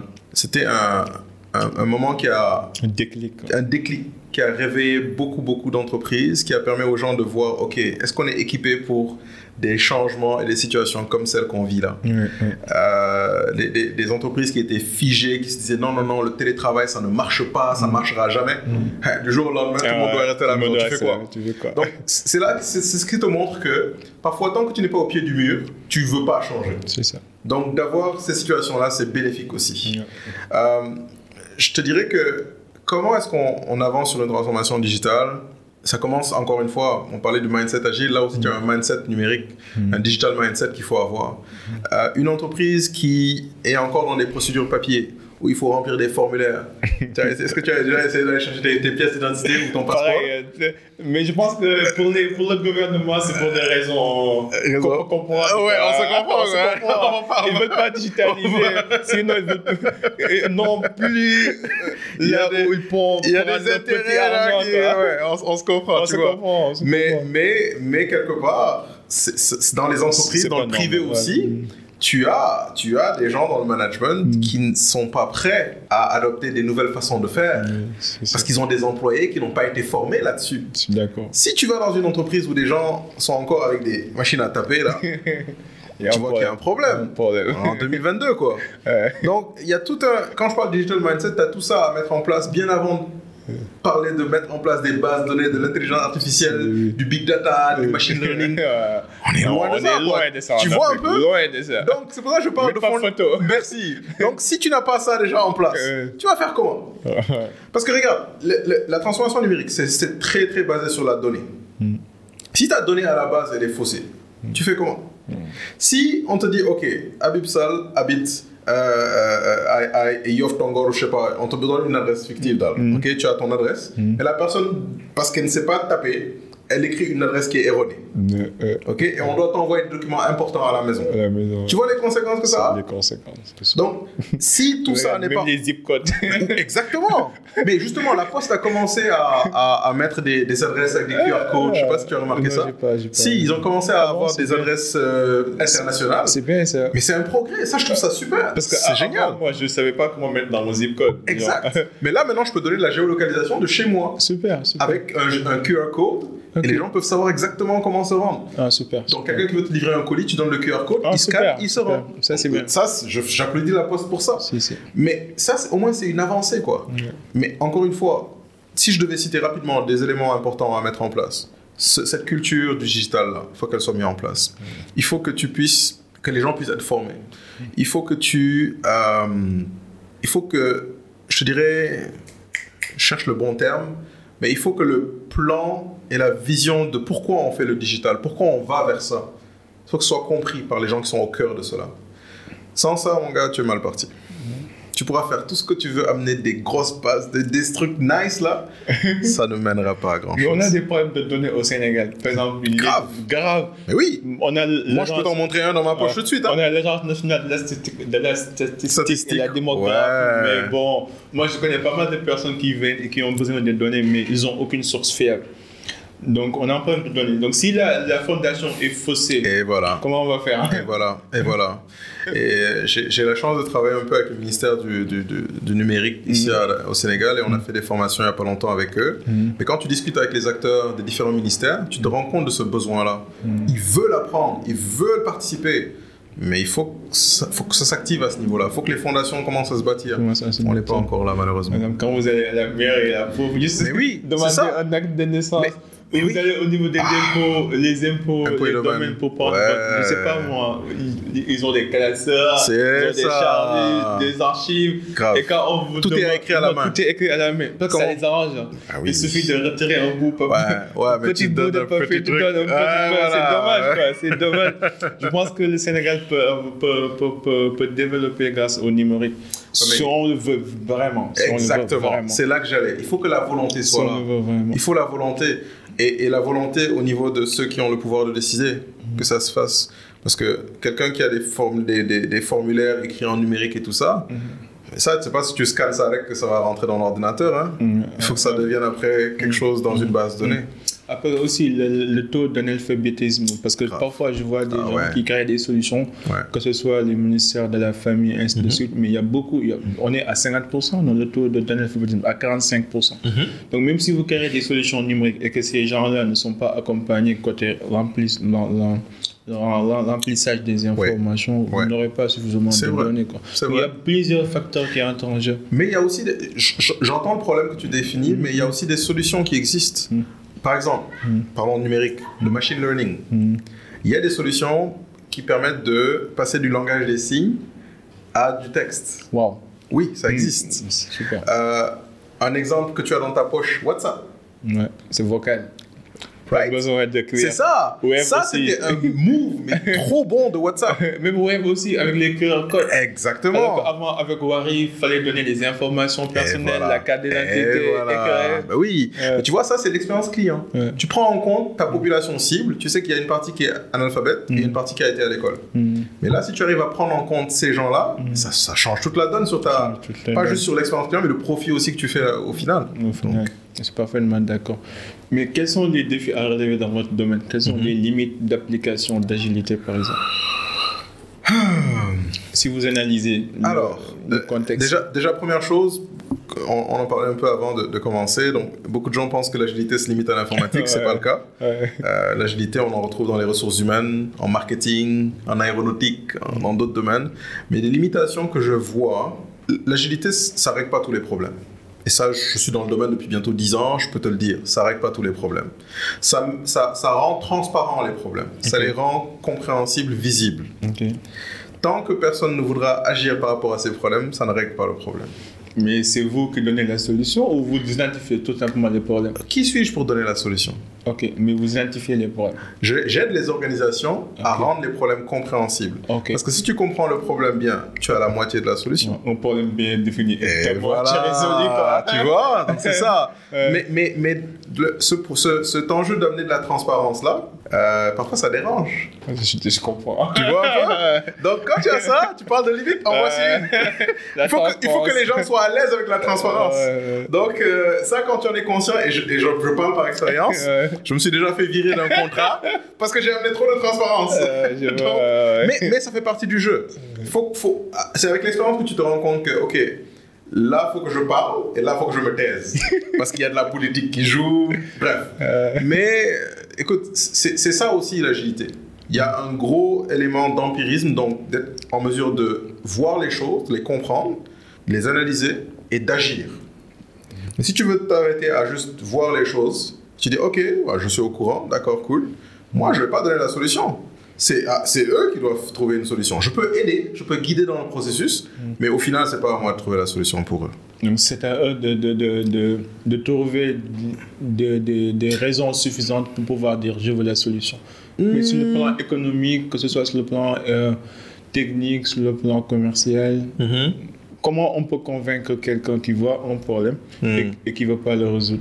un moment qui a... Un déclic. Un déclic qui a réveillé beaucoup d'entreprises, qui a permis aux gens de voir, OK, est-ce qu'on est équipé pour des changements et des situations comme celles qu'on vit là. Des entreprises qui étaient figées, qui se disaient non, le télétravail, ça ne marche pas, ça ne marchera jamais. Du jour au lendemain, tout le monde doit rester à la maison. Tu fais quoi? Donc, c'est ce qui te montre que parfois, tant que tu n'es pas au pied du mur, tu ne veux pas changer. C'est ça. Donc, d'avoir ces situations-là, c'est bénéfique aussi. Je te dirais que comment est-ce qu'on avance sur une transformation digitale? Ça commence, encore une fois, on parlait du mindset agile, là aussi tu as un mindset numérique, un digital mindset qu'il faut avoir. Une entreprise qui est encore dans des procédures papier, où il faut remplir des formulaires. Est-ce que tu as déjà essayé d'aller chercher tes pièces d'identité ou ton passeport? Pareil, mais je pense que pour le gouvernement, c'est pour des raisons qu'on comprend. Ouais, on se comprend. Ils ne veulent pas digitaliser, sinon ils veulent non plus là où ils pourront. Il y a des intérêts là on se comprend, tu vois. Mais quelque part, c'est dans les entreprises, dans le privé aussi. Tu as des gens dans le management qui ne sont pas prêts à adopter des nouvelles façons de faire parce qu'ils ont des employés qui n'ont pas été formés là-dessus. Je suis d'accord. Si tu vas dans une entreprise où des gens sont encore avec des machines à taper, là, tu vois qu'il y a un problème. En 2022, quoi. Donc, il y a tout un... Quand je parle digital mindset, tu as tout ça à mettre en place bien avant parler de mettre en place des bases de données, de l'intelligence artificielle, du big data, du machine learning. On est loin de ça. Tu vois un peu? Loin de ça. Donc, c'est pour ça que je parle de photo. Merci. Donc, si tu n'as pas ça déjà en place, tu vas faire comment? Parce que regarde, la transformation numérique, c'est très, très basé sur la donnée. Si ta donnée à la base, elle est faussée, tu fais comment? Si on te dit, OK, Habib Sall habite à Yoff Tongor, je sais pas, on te donne une adresse fictive ok, tu as ton adresse, et la personne, parce qu'elle ne sait pas taper, elle écrit une adresse qui est erronée. Ok, et on doit t'envoyer des documents importants à la maison. Tu vois les conséquences que ça a? Les conséquences. Donc, si tout ça n'est pas... Même les zip codes. Exactement. Mais justement, la Poste a commencé à mettre des adresses avec des QR codes. Je sais pas si tu as remarqué ça. J'ai pas. Si, ils ont commencé à avoir des adresses internationales. C'est bien ça. Mais c'est un progrès. Ça, je trouve ça super. Parce que c'est génial. Moi, je savais pas comment mettre dans mon zip code. Exact. Mais là, maintenant, je peux donner de la géolocalisation de chez moi. Super. Avec un QR code. Okay. Et les gens peuvent savoir exactement comment se rendre. Super. Donc, quelqu'un qui veut te livrer un colis, tu donnes le QR code, il scanne, il se rend. Ça, c'est bien. Ça, j'applaudis la Poste pour ça. Si. Mais ça, au moins, c'est une avancée, quoi. Mais encore une fois, si je devais citer rapidement des éléments importants à mettre en place, cette culture du digital-là, il faut qu'elle soit mise en place. Il faut que les gens puissent être formés. Il faut que je te dirais, je cherche le bon terme, mais il faut que le plan et la vision de pourquoi on fait le digital, pourquoi on va vers ça, il faut que ce soit compris par les gens qui sont au cœur de cela. Sans ça, mon gars, tu es mal parti. Tu pourras faire tout ce que tu veux, amener des grosses bases, des trucs nice là, ça ne mènera pas à grand chose. Mais on a des problèmes de données au Sénégal. Par exemple, grave. Mais oui. Moi, je peux t'en montrer un dans ma poche tout de suite. On a l'Agence nationale de la statistique et la démographie. Mais bon, moi je connais pas mal de personnes qui viennent et qui ont besoin de données, mais ils n'ont aucune source fiable. Donc, on a un problème de données. Donc, si la fondation est faussée, comment on va faire? Et voilà. Et j'ai la chance de travailler un peu avec le ministère du numérique ici au Sénégal, et on a fait des formations il n'y a pas longtemps avec eux. Mais quand tu discutes avec les acteurs des différents ministères, tu te rends compte de ce besoin-là. Ils veulent apprendre, ils veulent participer. Mais il faut que ça s'active à ce niveau-là. Il faut que les fondations commencent à se bâtir. On n'est pas encore là, malheureusement. Madame, quand vous allez à la mairie, là, faut juste demander un acte de naissance. Vous allez au niveau des impôts, les impôts, les domaines pour prendre votre... Je sais pas moi, ils ont des classeurs, ils ont des charges, des archives. Grave. Et quand on vous tout est écrit à la main. Tout est écrit à la main. Ça les arrange. Il suffit de retirer un bout. Petit bout de papier, tu donnes un petit peu. C'est dommage, quoi. C'est dommage. Je pense que le Sénégal peut développer grâce au numérique. Si on le veut vraiment. Exactement. C'est là que j'allais. Il faut que la volonté soit là. Il faut la volonté. Et la volonté au niveau de ceux qui ont le pouvoir de décider que ça se fasse. Parce que quelqu'un qui a des formulaires écrits en numérique et tout ça, ça, tu sais pas si tu scannes ça avec que ça va rentrer dans l'ordinateur. Hein. Il faut que ça devienne après quelque chose dans une base de données. Après aussi le taux d'analphabétisme, parce que parfois je vois des gens qui créent des solutions, que ce soit les ministères de la famille, ainsi de suite, mais il y a beaucoup, on est à 50% dans le taux d'analphabétisme, à 45%. Donc même si vous créez des solutions numériques et que ces gens-là ne sont pas accompagnés côté l'emplissage des informations, vous n'aurez pas suffisamment de données. Il y a plusieurs facteurs qui entrent en jeu. Mais il y a aussi, j'entends le problème que tu définis, mais il y a aussi des solutions qui existent. Par exemple, parlons numérique, le machine learning. Il y a des solutions qui permettent de passer du langage des signes à du texte. Wow. Oui, ça existe. Super. Un exemple que tu as dans ta poche, WhatsApp. Ouais, c'est vocal. Pas besoin d'écrire. C'est ça. Ça, c'était un move, mais trop bon de WhatsApp. Même Web aussi, avec les QR codes. Exactement. Alors qu'avant, avec Wari, il fallait donner des informations personnelles, la carte d'identité. Bah oui. Tu vois, ça, c'est l'expérience client. Tu prends en compte ta population cible. Tu sais qu'il y a une partie qui est analphabète et une partie qui a été à l'école. Mais là, si tu arrives à prendre en compte ces gens-là, ça change toute la donne sur ta... Pas juste sur l'expérience client, mais le profit aussi que tu fais au final. Donc, je suis parfaitement d'accord. Mais quels sont les défis à relever dans votre domaine? Quelles sont les limites d'application, d'agilité, par exemple? Si vous analysez le contexte. Déjà, première chose, on en parlait un peu avant de commencer. Donc, beaucoup de gens pensent que l'agilité se limite à l'informatique. C'est pas le cas. L'agilité, on en retrouve dans les ressources humaines, en marketing, en aéronautique, dans d'autres domaines. Mais les limitations que je vois, l'agilité, ça règle pas tous les problèmes. Et ça, je suis dans le domaine depuis bientôt 10 ans, je peux te le dire, ça ne règle pas tous les problèmes. Ça rend transparent les problèmes, ça les rend compréhensibles, visibles. Tant que personne ne voudra agir par rapport à ces problèmes, ça ne règle pas le problème. Mais c'est vous qui donnez la solution ou vous identifiez tout simplement les problèmes? Qui suis-je pour donner la solution? Ok, mais vous identifiez les problèmes. J'aide les organisations à rendre les problèmes compréhensibles. Parce que si tu comprends le problème bien, tu as la moitié de la solution. Un problème bien défini. Et voilà, tu vois, donc c'est ça. Mais cet enjeu d'amener de la transparence là, parfois ça dérange. Je comprends. Tu vois un peu? Donc quand tu as ça, tu parles de limite, en voici une. Il faut que les gens soient à l'aise avec la transparence. Donc ça, quand tu en es conscient, et je parle par expérience, je me suis déjà fait virer d'un contrat parce que j'ai amené trop de transparence. Mais ça fait partie du jeu. C'est avec l'expérience que tu te rends compte que, ok, là, il faut que je parle et là, il faut que je me taise. Parce qu'il y a de la politique qui joue. Bref. Mais écoute, c'est ça aussi l'agilité. Il y a un gros élément d'empirisme, donc d'être en mesure de voir les choses, les comprendre, les analyser et d'agir. Mais si tu veux t'arrêter à juste voir les choses, tu dis, ok, je suis au courant, d'accord, cool. Moi, je ne vais pas donner la solution. C'est eux qui doivent trouver une solution. Je peux aider, je peux guider dans le processus, mais au final, ce n'est pas à moi de trouver la solution pour eux. Donc, c'est à eux de trouver des raisons suffisantes pour pouvoir dire, je veux la solution. Mais sur le plan économique, que ce soit sur le plan technique, sur le plan commercial, comment on peut convaincre quelqu'un qui voit un problème et qui ne veut pas le résoudre?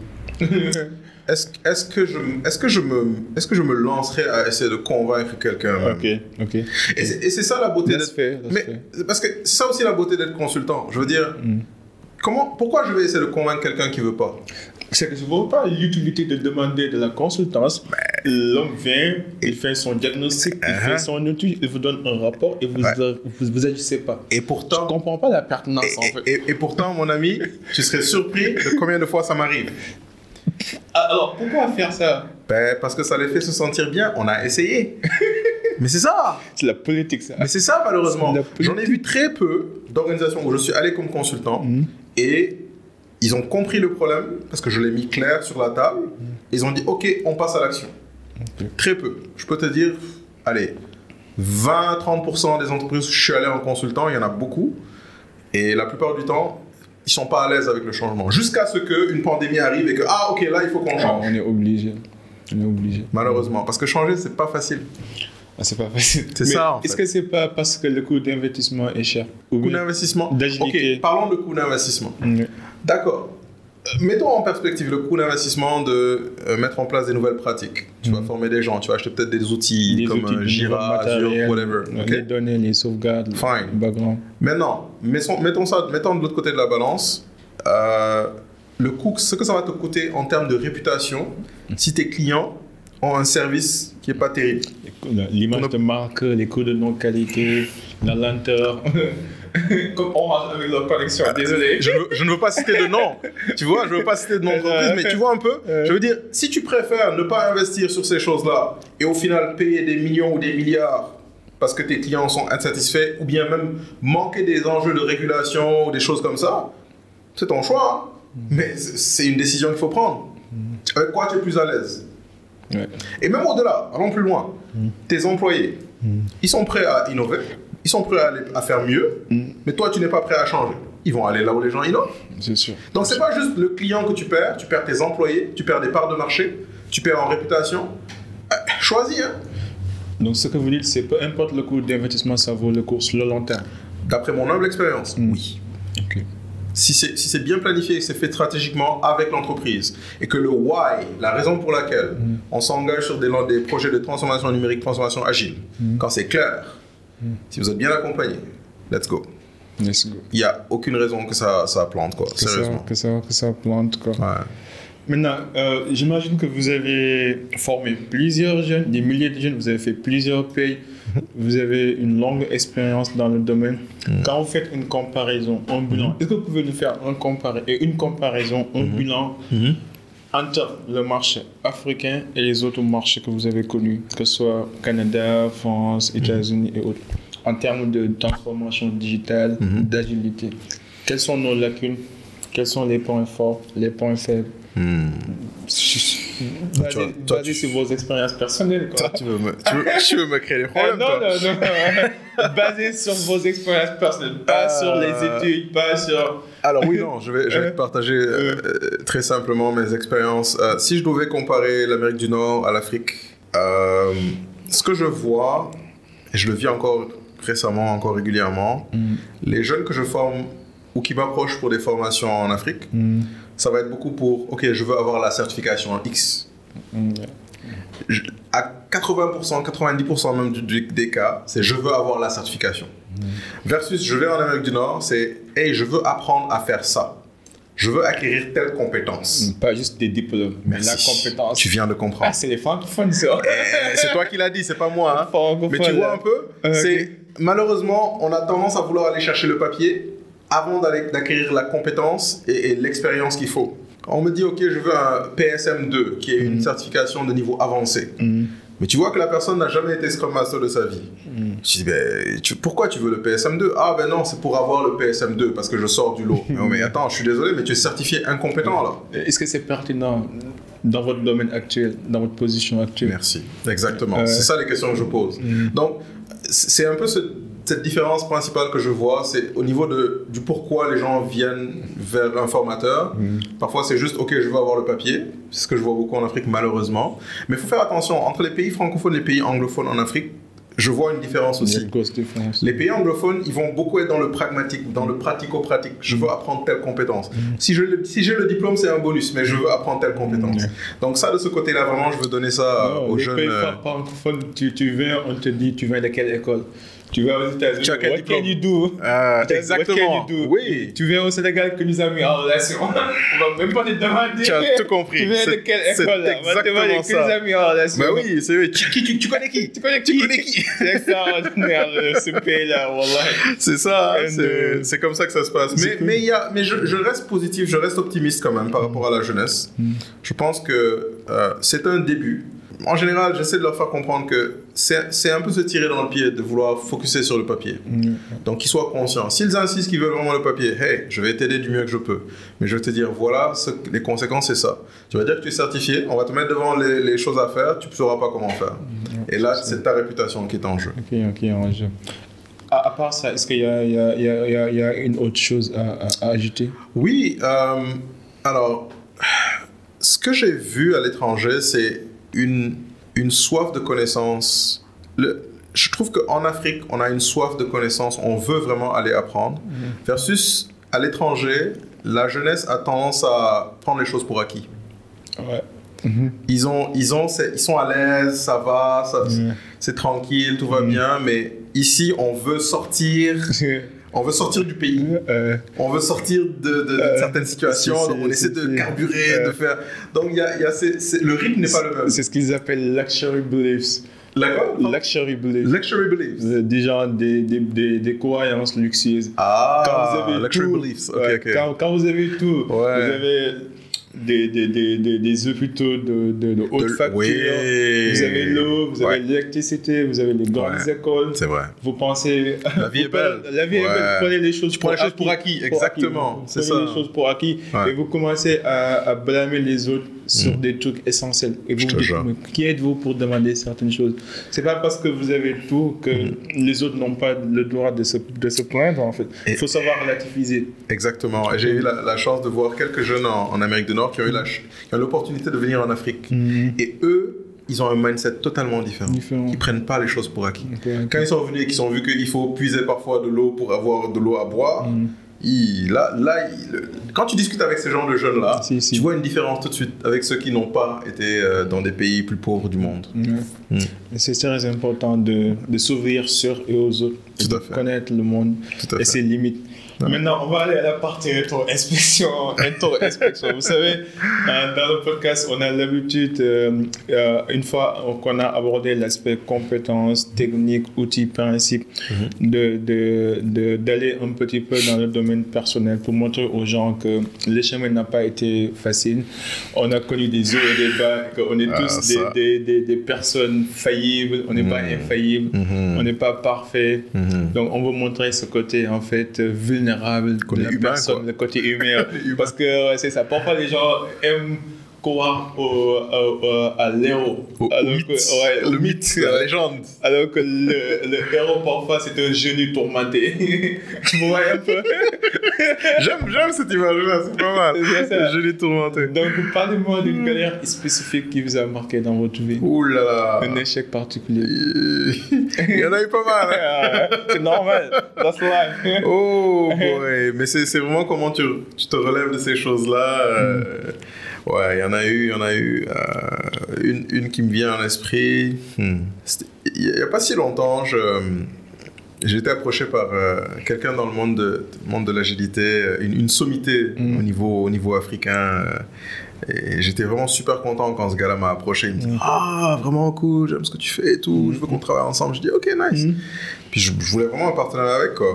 Est-ce que je me lancerais à essayer de convaincre quelqu'un? Ok. Et c'est ça la beauté parce que c'est ça aussi la beauté d'être consultant. Je veux dire, pourquoi je vais essayer de convaincre quelqu'un qui ne veut pas? C'est que je ne vois pas l'utilité de demander de la consultance. L'homme vient, il fait son diagnostic, il fait son étude, il vous donne un rapport et vous agissez pas. Et pourtant, je ne comprends pas la pertinence en fait. Et pourtant, mon ami, tu serais surpris de combien de fois ça m'arrive. Alors, pourquoi faire ça? Parce que ça les fait se sentir bien. On a essayé. Mais c'est ça. C'est la politique, ça. Mais c'est ça, malheureusement. J'en ai vu très peu d'organisations où je suis allé comme consultant et ils ont compris le problème parce que je l'ai mis clair sur la table Ils ont dit, OK, on passe à l'action. Okay. Très peu. Je peux te dire, allez, 20-30% des entreprises où je suis allé en consultant, il y en a beaucoup. Et la plupart du temps, ils ne sont pas à l'aise avec le changement. Jusqu'à ce qu'une pandémie arrive et que, OK, là, il faut qu'on change. On est obligé. Malheureusement, parce que changer, c'est pas facile. C'est pas facile. C'est ça, en fait. Est-ce que c'est pas parce que le coût d'investissement est cher? Coût d'investissement? D'agilité. OK, parlons de coût d'investissement. D'accord. Mettons en perspective le coût d'investissement de mettre en place des nouvelles pratiques. Tu vas former des gens, tu vas acheter peut-être des outils comme Jira, Azure, whatever. Les données, les sauvegardes, fine. Le background. Maintenant, mettons de l'autre côté de la balance. Le coût, ce que ça va te coûter en termes de réputation si tes clients ont un service qui n'est pas terrible. L'image de marque, les coûts de non-qualité, la lenteur. Comme on marche avec leur connexion, désolé. Je ne veux pas citer de nom, tu vois, je ne veux pas citer de nom d'entreprise, mais tu vois un peu, je veux dire, si tu préfères ne pas investir sur ces choses-là et au final payer des millions ou des milliards parce que tes clients sont insatisfaits ou bien même manquer des enjeux de régulation ou des choses comme ça, c'est ton choix, hein. Mais c'est une décision qu'il faut prendre. Avec quoi tu es plus à l'aise? Et même au-delà, allons plus loin, tes employés, ils sont prêts à innover. Ils sont prêts à faire mieux, mais toi, tu n'es pas prêt à changer. Ils vont aller là où les gens innovent. C'est sûr. Donc, ce n'est pas juste le client que tu perds tes employés, tu perds des parts de marché, tu perds en réputation. Choisis, hein. Donc, ce que vous dites, c'est peu importe le coût d'investissement, ça vaut le coût sur le long terme. D'après mon humble expérience, oui. Okay. Si c'est bien planifié et que c'est fait stratégiquement avec l'entreprise et que le why, la raison pour laquelle on s'engage sur des projets de transformation numérique, transformation agile, quand c'est clair, si vous êtes bien accompagné, let's go. Let's go. Il n'y a aucune raison que ça plante, quoi. Sérieusement. Que ça plante, quoi. Ouais. Maintenant, j'imagine que vous avez formé plusieurs jeunes, des milliers de jeunes, vous avez fait plusieurs pays, vous avez une longue expérience dans le domaine. Quand vous faites une comparaison, un bilan, est-ce que vous pouvez nous faire un bilan entre le marché africain et les autres marchés que vous avez connus, que ce soit Canada, France, États-Unis et autres, en termes de transformation digitale, d'agilité? Quelles sont nos lacunes? Quels sont les points forts, les points faibles? Basé sur vos expériences personnelles, quoi. Toi, tu veux me créer des problèmes, non. Basé sur vos expériences personnelles, pas sur les études, pas sur... Alors oui, non, je vais te partager très simplement mes expériences. Si je devais comparer l'Amérique du Nord à l'Afrique, ce que je vois, et je le vis encore récemment, encore régulièrement, les jeunes que je forme ou qui m'approchent pour des formations en Afrique, ça va être beaucoup pour, OK, je veux avoir la certification X. À 80%, 90% même des cas, c'est je veux avoir la certification. Versus, je vais en Amérique du Nord, c'est, hey, je veux apprendre à faire ça. Je veux acquérir telle compétence. Pas juste des diplômes, mais la compétence. Tu viens de comprendre. Ah, c'est les francophones, ça. C'est toi qui l'as dit, c'est pas moi. Hein. Mais tu vois un peu, malheureusement, on a tendance à vouloir aller chercher le papier avant d'acquérir la compétence et l'expérience qu'il faut. On me dit, OK, je veux un PSM2, qui est une certification de niveau avancé. Mais tu vois que la personne n'a jamais été Scrum Master de sa vie. Je dis, pourquoi tu veux le PSM2? Ah ben non, c'est pour avoir le PSM2, parce que je sors du lot. Mais attends, je suis désolé, mais tu es certifié incompétent là. Est-ce que c'est pertinent dans votre domaine actuel, dans votre position actuelle? Merci, exactement. C'est ça les questions que je pose. Donc, c'est un peu cette différence principale que je vois, c'est au niveau du pourquoi les gens viennent vers un formateur. Parfois, c'est juste, OK, je veux avoir le papier. C'est ce que je vois beaucoup en Afrique, malheureusement. Mais il faut faire attention, entre les pays francophones et les pays anglophones en Afrique, je vois une différence aussi. Il y a une grosse différence. Les pays anglophones, ils vont beaucoup être dans le pragmatique, dans le pratico-pratique. Je veux apprendre telle compétence. Si j'ai le diplôme, c'est un bonus, mais je veux apprendre telle compétence. Donc ça, de ce côté-là, vraiment, je veux donner ça aux jeunes. Les pays francophones, tu viens, on te dit, tu viens de quelle école? Tu vas aux États-Unis, what can you do? Exactement. Oui. Tu viens au Sénégal que nous avons mis en relation. On va même pas te demander. Tu as tout compris. Tu viens de quelle école là? C'est exactement ça. Que nous avons mis en relation. Bah oui, c'est vrai. Tu connais qui? C'est extraordinaire ce pays-là, wallah. C'est ça. C'est comme ça que ça se passe. Mais je reste positif, je reste optimiste quand même par rapport à la jeunesse. Je pense que c'est un début. En général, j'essaie de leur faire comprendre que c'est un peu se tirer dans le pied de vouloir focuser sur le papier. Donc, qu'ils soient conscients. S'ils insistent qu'ils veulent vraiment le papier, hey, je vais t'aider du mieux que je peux. Mais je vais te dire, voilà, les conséquences, c'est ça. Tu vas dire que tu es certifié, on va te mettre devant les choses à faire, tu ne sauras pas comment faire. Et là, c'est ta réputation qui est en jeu. Ok, en jeu. À part ça, est-ce qu'il y a une autre chose à ajouter? Oui, alors, ce que j'ai vu à l'étranger, c'est une soif de connaissance. Je trouve qu'en Afrique, on a une soif de connaissance, on veut vraiment aller apprendre. Versus à l'étranger, la jeunesse a tendance à prendre les choses pour acquis. Ouais. Ils sont à l'aise, ça va, c'est tranquille, tout va bien, mais ici, on veut sortir du pays, on veut sortir de certaines situations, donc on essaie de carburer, de faire... Donc, le rythme n'est pas le même. C'est ce qu'ils appellent luxury beliefs. Luxury beliefs. Luxury beliefs. Des croyances luxueuses. Luxury beliefs. Okay. Quand vous avez tout, vous avez... des hôpitaux de haute facture, vous avez l'eau, vous avez l'électricité, vous avez les grandes écoles. C'est vrai. Vous pensez... La vie est belle. La vie est belle. Vous prenez les choses pour acquis. Exactement. Vous prenez les choses pour acquis et vous commencez à blâmer les autres sur des trucs essentiels. Et vous vous dites, mais qui êtes-vous pour demander certaines choses? C'est pas parce que vous avez tout que les autres n'ont pas le droit de se plaindre, en fait. Il faut savoir relativiser. Exactement. Et j'ai eu la chance de voir quelques jeunes en Amérique du Nord qui ont eu l'opportunité de venir en Afrique. Et eux, ils ont un mindset totalement différent. Ils prennent pas les choses pour acquis. Quand ils sont venus et qu'ils ont vu qu'il faut puiser parfois de l'eau pour avoir de l'eau à boire, quand tu discutes avec ces gens de jeunes-là, tu vois une différence tout de suite avec ceux qui n'ont pas été dans des pays plus pauvres du monde. C'est très important de s'ouvrir sur et aux autres, de connaître le monde et ses limites. Maintenant, on va aller à la partie introspection. Vous savez, dans le podcast, on a l'habitude, une fois qu'on a abordé l'aspect compétences, techniques, outils, principes, d'aller un petit peu dans le domaine personnel pour montrer aux gens que le chemin n'a pas été facile. On a connu des hauts et des bas, qu'on est tous des personnes faillibles, on n'est pas infaillibles, on n'est pas parfait. Donc, on veut montrer ce côté, en fait, vulnérable de la personne, le côté humain. Parce que c'est ça. Parfois, les gens aiment croire à l'héros. Le mythe, la légende. Alors que le héros, parfois, c'est un génie tourmenté. Vous voyez un peu? J'aime cette image-là, c'est pas mal. Le génie tourmenté. Donc, parlez-moi d'une galère spécifique qui vous a marqué dans votre vie. Ouh là là. Un échec particulier. Il y en a eu pas mal. Hein? C'est normal. That's life. Oh boy. Mais c'est vraiment comment tu te relèves de ces choses-là. Ouais, il y en a eu une qui me vient à l'esprit. Il n'y a pas si longtemps, j'ai été approché par quelqu'un dans le monde de l'agilité, une sommité au niveau africain. Et j'étais vraiment super content quand ce gars-là m'a approché. Il me dit « Ah, vraiment cool, j'aime ce que tu fais et tout, je veux qu'on travaille ensemble. » Je dis « Ok, nice. » Puis je voulais vraiment un partenariat avec, quoi.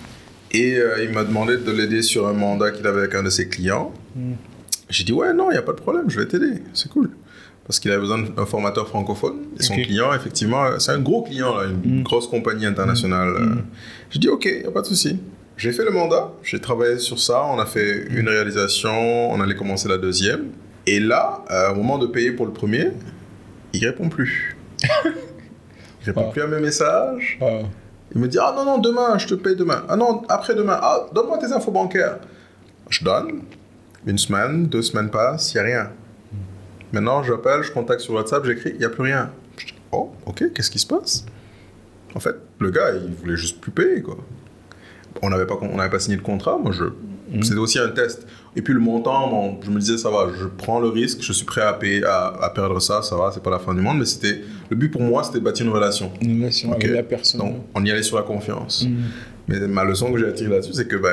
Et il m'a demandé de l'aider sur un mandat qu'il avait avec un de ses clients. J'ai dit, ouais, non, il n'y a pas de problème, je vais t'aider, c'est cool. Parce qu'il avait besoin d'un formateur francophone. Et son client, effectivement, c'est un gros client, là, une grosse compagnie internationale. J'ai dit, ok, il n'y a pas de souci. J'ai fait le mandat, j'ai travaillé sur ça, on a fait une réalisation, on allait commencer la deuxième. Et là, au moment de payer pour le premier, il ne répond plus. Il ne répond plus à mes messages. Il me dit, ah non, demain, je te paye demain. Ah non, après-demain, ah, donne-moi tes infos bancaires. Je donne. Une semaine, 2 semaines passent, il n'y a rien. Maintenant, j'appelle, je contacte sur WhatsApp, j'écris, il n'y a plus rien. Je dis, oh, ok, qu'est-ce qui se passe? En fait, le gars, il voulait juste plus payer, quoi. On n'avait pas signé de contrat, c'était aussi un test. Et puis le montant, je me disais, ça va, je prends le risque, je suis prêt à payer, à perdre ça va, c'est pas la fin du monde, mais le but pour moi, c'était de bâtir une relation. Une relation avec la personne. Donc, on y allait sur la confiance. Mais ma leçon que j'ai attirée là-dessus, c'est que,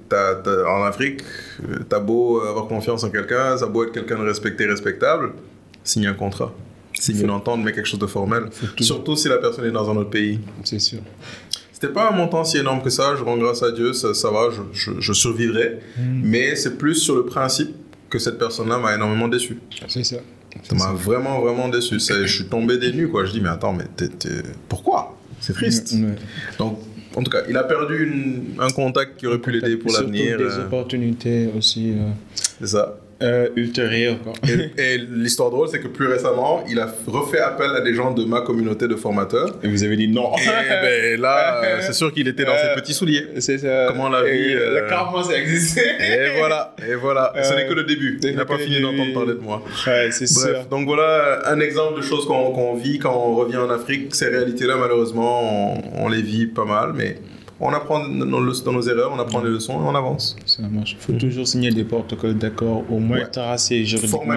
en Afrique, t'as beau avoir confiance en quelqu'un, ça a beau être quelqu'un de respecté, respectable, signe un contrat. Signe une entente, mais quelque chose de formel. Surtout si la personne est dans un autre pays. C'est sûr. C'était pas un montant si énorme que ça, je rends grâce à Dieu, ça va, je survivrai. Mais c'est plus sur le principe que cette personne-là m'a énormément déçu. C'est ça. Ça m'a vraiment, vraiment déçu. Je suis tombé des nues, quoi. Je dis, mais attends, mais pourquoi? C'est triste. Donc, en tout cas, il a perdu un contact qui aurait pu l'aider pour l'avenir. Des opportunités aussi. C'est ça. Ultérieures, quoi. Et l'histoire drôle, c'est que plus récemment, il a refait appel à des gens de ma communauté de formateurs. Et vous avez dit non. Et ben là, c'est sûr qu'il était dans ses petits souliers. C'est ça. Comment la vie... Le karma, ça existe. Et voilà. Ce n'est que le début. Il n'a pas fini d'entendre parler de moi. Ouais, c'est sûr. Donc voilà un exemple de choses qu'on vit quand on revient en Afrique. Ces réalités-là, malheureusement, on les vit pas mal, mais... On apprend dans nos erreurs, on apprend les leçons et on avance. Ça marche. Il faut toujours signer des protocoles d'accord, au moins tracer juridiquement,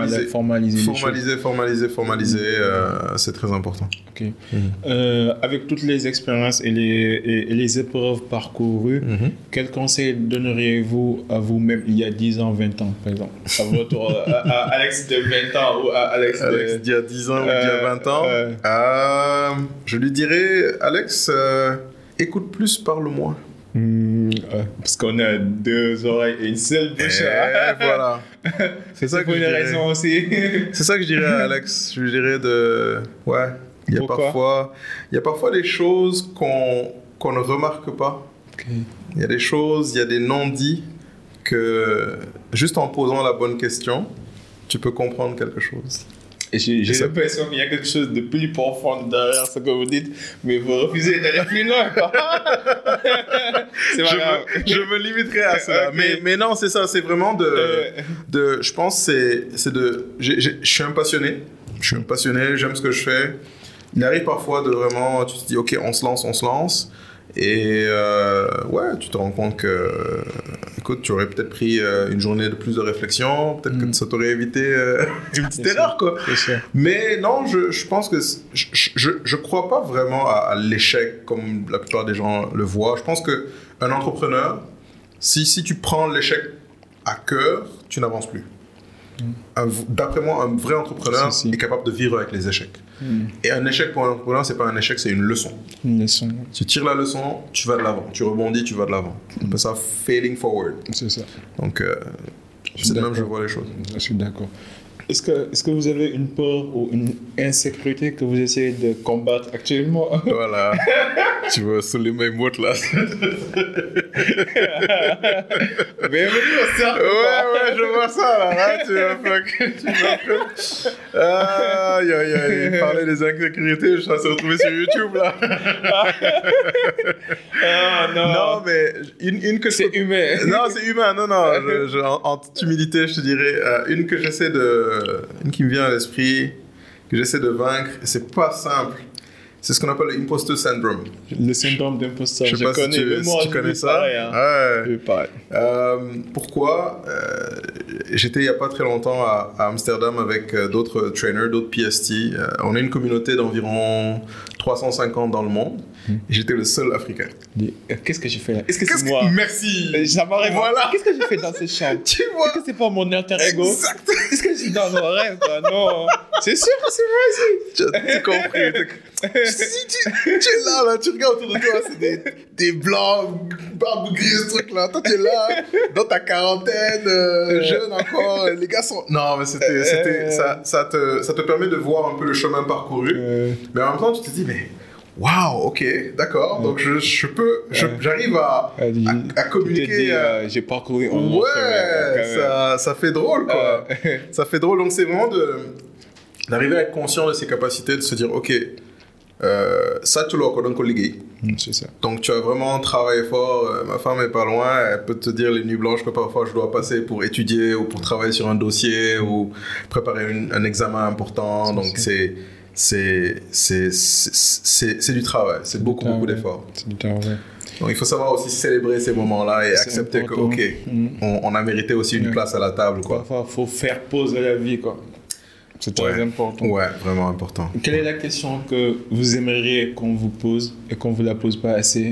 formaliser, c'est très important. Ok. Avec toutes les expériences et les épreuves parcourues, quel conseil donneriez-vous à vous-même il y a 10 ans, 20 ans, par exemple? À Alex de 20 ans ou à Alex d'il y a 10 ans ou d'il y a 20 ans? Je lui dirais, Alex... écoute plus, parle moins. Parce qu'on a 2 oreilles et une seule bouche. Voilà. C'est ça que une raison aussi. C'est ça que je dirais à Alex. Je lui dirais ouais. Il y a parfois des choses qu'on ne remarque pas. Okay. Il y a des choses, il y a des non-dits que juste en posant la bonne question, tu peux comprendre quelque chose. Et j'ai l'impression qu'il y a quelque chose de plus profond derrière ce que vous dites, mais vous refusez d'aller plus loin. C'est pas grave. Je me limiterai à cela. Okay. Mais non, c'est ça. C'est vraiment je pense je suis un passionné. J'aime ce que je fais. Il arrive parfois de vraiment, tu te dis, ok, on se lance. Et ouais, tu te rends compte que, écoute, tu aurais peut-être pris une journée de plus de réflexion, peut-être que ça t'aurait évité une petite erreur, quoi. Mais non, je pense que je crois pas vraiment à l'échec comme la plupart des gens le voient. Je pense qu'un entrepreneur, si tu prends l'échec à cœur, tu n'avances plus. D'après moi, un vrai entrepreneur est capable de vivre avec les échecs. Et un échec pour un entrepreneur, c'est pas un échec, c'est une leçon. Tu tires la leçon, tu vas de l'avant. Tu rebondis, tu vas de l'avant. On appelle ça failing forward. C'est ça. Donc, c'est de même que je vois les choses. Je suis d'accord. Est-ce que vous avez une peur ou une insécurité que vous essayez de combattre actuellement? Voilà. Tu veux soulever mes mots là. Bienvenue au cercle. Ouais, je vois ça là. Tu vas parler des insécurités, je suis se retrouver sur YouTube là. Non, mais une que c'est humain. Non, c'est humain. Non. En toute humilité, je te dirais une que une qui me vient à l'esprit, que j'essaie de vaincre, et c'est pas simple. C'est ce qu'on appelle l'imposter syndrome. Le syndrome d'imposteur. Je sais pas si tu connais ça. Pareil. Pourquoi j'étais il n'y a pas très longtemps à Amsterdam avec d'autres trainers, d'autres PST. On a une communauté d'environ 350 dans le monde. Et j'étais le seul Africain. Qu'est-ce que j'ai fait là? Est-ce que c'est moi? Merci. Ça m'arrive. Voilà. Qu'est-ce que j'ai fait dans ces chambres? Tu vois? Est-ce que c'est pas mon alter ego? Exact. Est-ce que je suis dans nos rêves? Non. C'est sûr que c'est moi ici. Tu as compris. Tu es là, tu regardes autour de toi, c'est des blancs, barbe grise, ce truc là. Toi, tu es là, dans ta quarantaine, jeune encore. Les gars sont. Non, mais ça te permet de voir un peu le chemin parcouru. Mais en même temps, tu te dis, mais. Waouh, ok, d'accord. Donc j'arrive à communiquer. J'ai parcouru. Ça fait drôle, quoi. Ça fait drôle. Donc c'est vraiment d'arriver à être conscient de ses capacités, de se dire, ok, ça tu l'as encore ligué. C'est ça. Donc tu as vraiment travaillé fort. Ma femme est pas loin. Elle peut te dire les nuits blanches que parfois je dois passer pour étudier ou pour travailler sur un dossier ou préparer un examen important. Donc c'est du travail, c'est beaucoup d'efforts. C'est du travail. Donc il faut savoir aussi célébrer ces moments-là et accepter important. Que on a mérité aussi une place à la table, quoi. Parfois, faut faire pause à la vie, quoi. C'est très important. Ouais, vraiment important. Quelle est la question que vous aimeriez qu'on vous pose et qu'on vous la pose pas assez?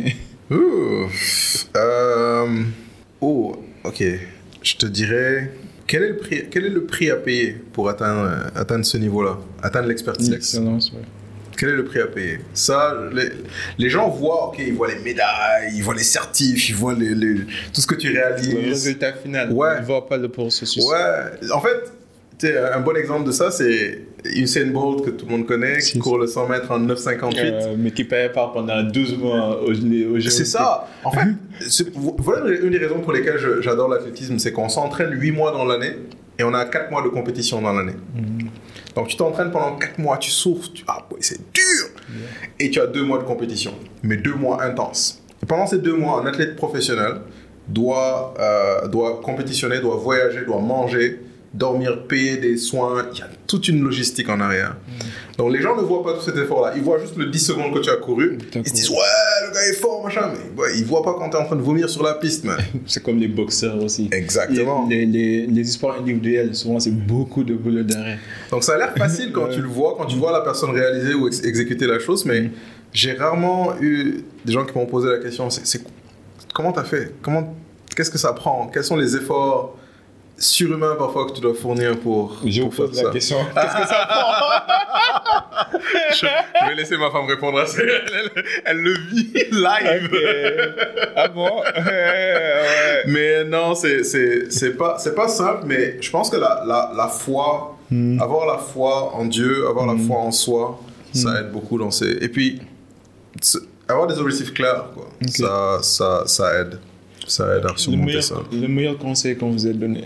Ok. Je te dirais. Quel est le prix à payer pour atteindre ce niveau-là, atteindre l'expertise? L'excellence, ouais. Quel est le prix à payer? Ça, les gens voient, ok, ils voient les médailles, ils voient les certifs, ils voient tout ce que tu réalises. Le résultat final. Ouais. Ils ne voient pas le processus. Ouais. En fait, Un bon exemple de ça, c'est Usain Bolt, que tout le monde connaît, qui court le 100 mètres en 9,58. Mais qui paye pas pendant 12 mois aux Jeux. C'est ça. En fait, voilà une des raisons pour lesquelles j'adore l'athlétisme, c'est qu'on s'entraîne 8 mois dans l'année et on a 4 mois de compétition dans l'année. Donc, tu t'entraînes pendant 4 mois, tu souffres, c'est dur. Et tu as 2 mois de compétition, mais 2 mois intenses. Et pendant ces 2 mois, un athlète professionnel doit compétitionner, doit voyager, doit manger, dormir, payer des soins. Il y a toute une logistique en arrière. Donc, les gens ne voient pas tout cet effort-là. Ils voient juste le 10 secondes que tu as couru. Ils se disent, ouais, le gars est fort, machin. Mais ouais, ils ne voient pas quand tu es en train de vomir sur la piste, man. C'est comme les boxeurs aussi. Exactement. Les sports individuels, souvent, c'est beaucoup de boulot d'arrêt. Donc, ça a l'air facile quand tu le vois, quand tu vois la personne réaliser ou exécuter la chose. Mais j'ai rarement eu des gens qui m'ont posé la question, comment tu as fait? Qu'est-ce que ça prend? Quels sont les efforts surhumain parfois que tu dois fournir pour Je vous pose la question. Qu'est-ce que ça prend? je vais laisser ma femme répondre à ça. Elle le vit live. Okay. Ah bon? Ouais. Mais non, c'est pas simple, mais je pense que la foi, avoir la foi en Dieu, avoir la foi en soi, ça aide beaucoup dans ces... Et puis, avoir des objectifs clairs, quoi. Okay. Ça aide. Ça aide à surmonter ça. Le meilleur conseil qu'on vous ait donné?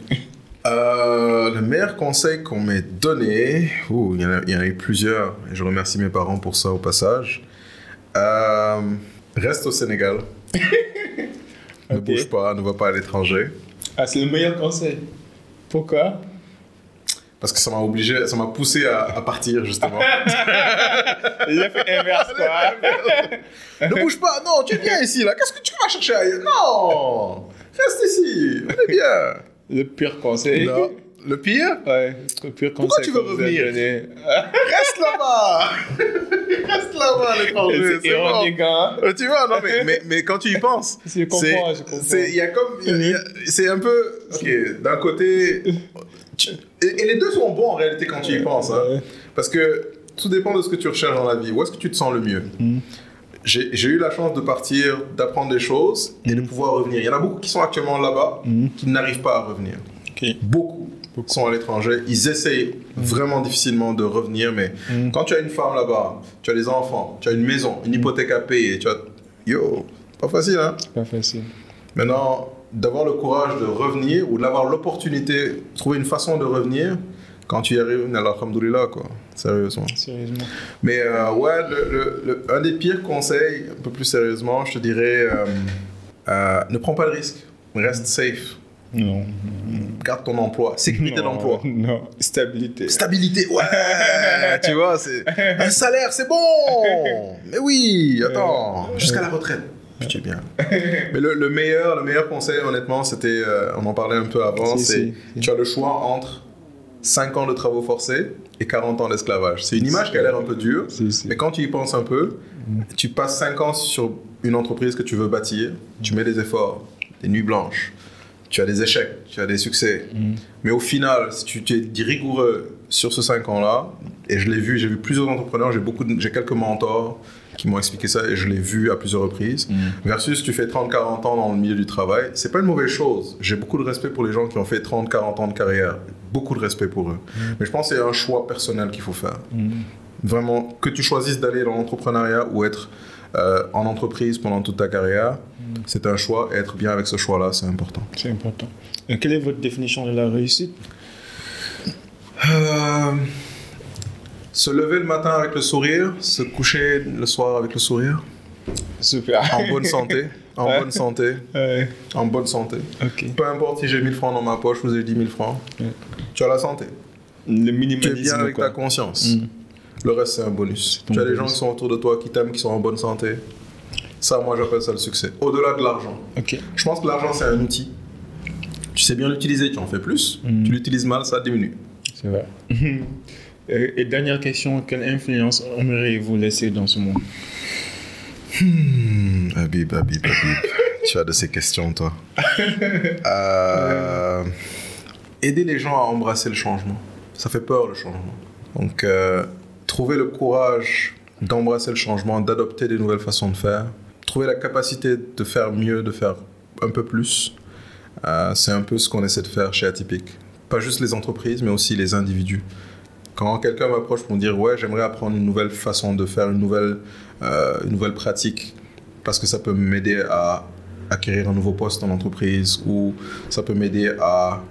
Le meilleur conseil qu'on m'ait donné... il y en a eu plusieurs. Et je remercie mes parents pour ça au passage. Reste au Sénégal. Ne bouge pas, ne va pas à l'étranger. Ah, c'est le meilleur conseil. Pourquoi? Parce que ça m'a poussé à partir, justement. L'effet inverse, quoi. Ne bouge pas, non, tu es bien ici, là. Qu'est-ce que tu vas chercher ailleurs? Non, reste ici, on est bien. Le pire conseil. Non. Le pire? Ouais, le pire conseil. Pourquoi tu veux revenir? Reste là-bas. Reste là-bas à l'étranger. C'est ironique, hein? Tu vois, non, mais quand tu y penses, je comprends. C'est un peu... Ok, d'un côté... Et les deux sont bons en réalité quand tu y penses. Hein. Parce que tout dépend de ce que tu recherches dans la vie. Où est-ce que tu te sens le mieux? J'ai eu la chance de partir, d'apprendre des choses et de pouvoir revenir. Il y en a beaucoup qui sont actuellement là-bas qui n'arrivent pas à revenir. Okay. Beaucoup sont à l'étranger. Ils essayent vraiment difficilement de revenir. Mais quand tu as une femme là-bas, tu as des enfants, tu as une maison, une hypothèque à payer, pas facile, hein? C'est pas facile. Maintenant, d'avoir le courage de revenir ou d'avoir l'opportunité de trouver une façon de revenir, quand tu y arrives, alhamdoulilah, quoi. Sérieusement. Mais un des pires conseils, un peu plus sérieusement, je te dirais, ne prends pas de risque. Reste safe. Non. Garde ton emploi. Sécurité d'emploi. Non. Stabilité. Stabilité, ouais. Tu vois, un salaire, c'est bon. Mais oui, attends, jusqu'à la retraite. Tu es bien. Mais le meilleur conseil, honnêtement, c'était, on en parlait un peu avant, tu as le choix entre 5 ans de travaux forcés et 40 ans d'esclavage. C'est une image qui a l'air un peu dure, mais quand tu y penses un peu, tu passes 5 ans sur une entreprise que tu veux bâtir, tu mets des efforts, des nuits blanches, tu as des échecs, tu as des succès. Mais au final, si tu es rigoureux sur ces 5 ans-là, et j'ai vu plusieurs entrepreneurs, j'ai quelques mentors qui m'ont expliqué ça et je l'ai vu à plusieurs reprises. Versus tu fais 30-40 ans dans le milieu du travail, c'est pas une mauvaise chose. J'ai beaucoup de respect pour les gens qui ont fait 30-40 ans de carrière. Beaucoup de respect pour eux. Mais je pense que c'est un choix personnel qu'il faut faire. Vraiment, que tu choisisses d'aller dans l'entrepreneuriat ou être en entreprise pendant toute ta carrière, c'est un choix. Et être bien avec ce choix-là, c'est important. C'est important. Et quelle est votre définition de la réussite? Se lever le matin avec le sourire, se coucher le soir avec le sourire. Super. En bonne santé. Bonne santé. En bonne santé. Okay. Peu importe si j'ai 1000 francs dans ma poche ou j'ai 10 000 francs. Tu as la santé. Le minimalisme. Tu es bien avec ta conscience. Le reste, c'est un bonus. Tu as des gens qui sont autour de toi, qui t'aiment, qui sont en bonne santé. Ça, moi, j'appelle ça le succès. Au-delà de l'argent. Okay. Je pense que l'argent, c'est un outil. Tu sais bien l'utiliser, tu en fais plus. Tu l'utilises mal, ça diminue. C'est vrai. Et dernière question, quelle influence aimeriez-vous laisser dans ce monde? Habib. Tu as de ces questions, toi. Aider les gens à embrasser le changement. Ça fait peur, le changement. Donc, trouver le courage d'embrasser le changement, d'adopter des nouvelles façons de faire. Trouver la capacité de faire mieux, de faire un peu plus. C'est un peu ce qu'on essaie de faire chez Atypique. pas juste les entreprises, mais aussi les individus. Quand quelqu'un m'approche pour me dire « Ouais, j'aimerais apprendre une nouvelle façon de faire, une nouvelle pratique, parce que ça peut m'aider à acquérir un nouveau poste en entreprise ou ça peut m'aider à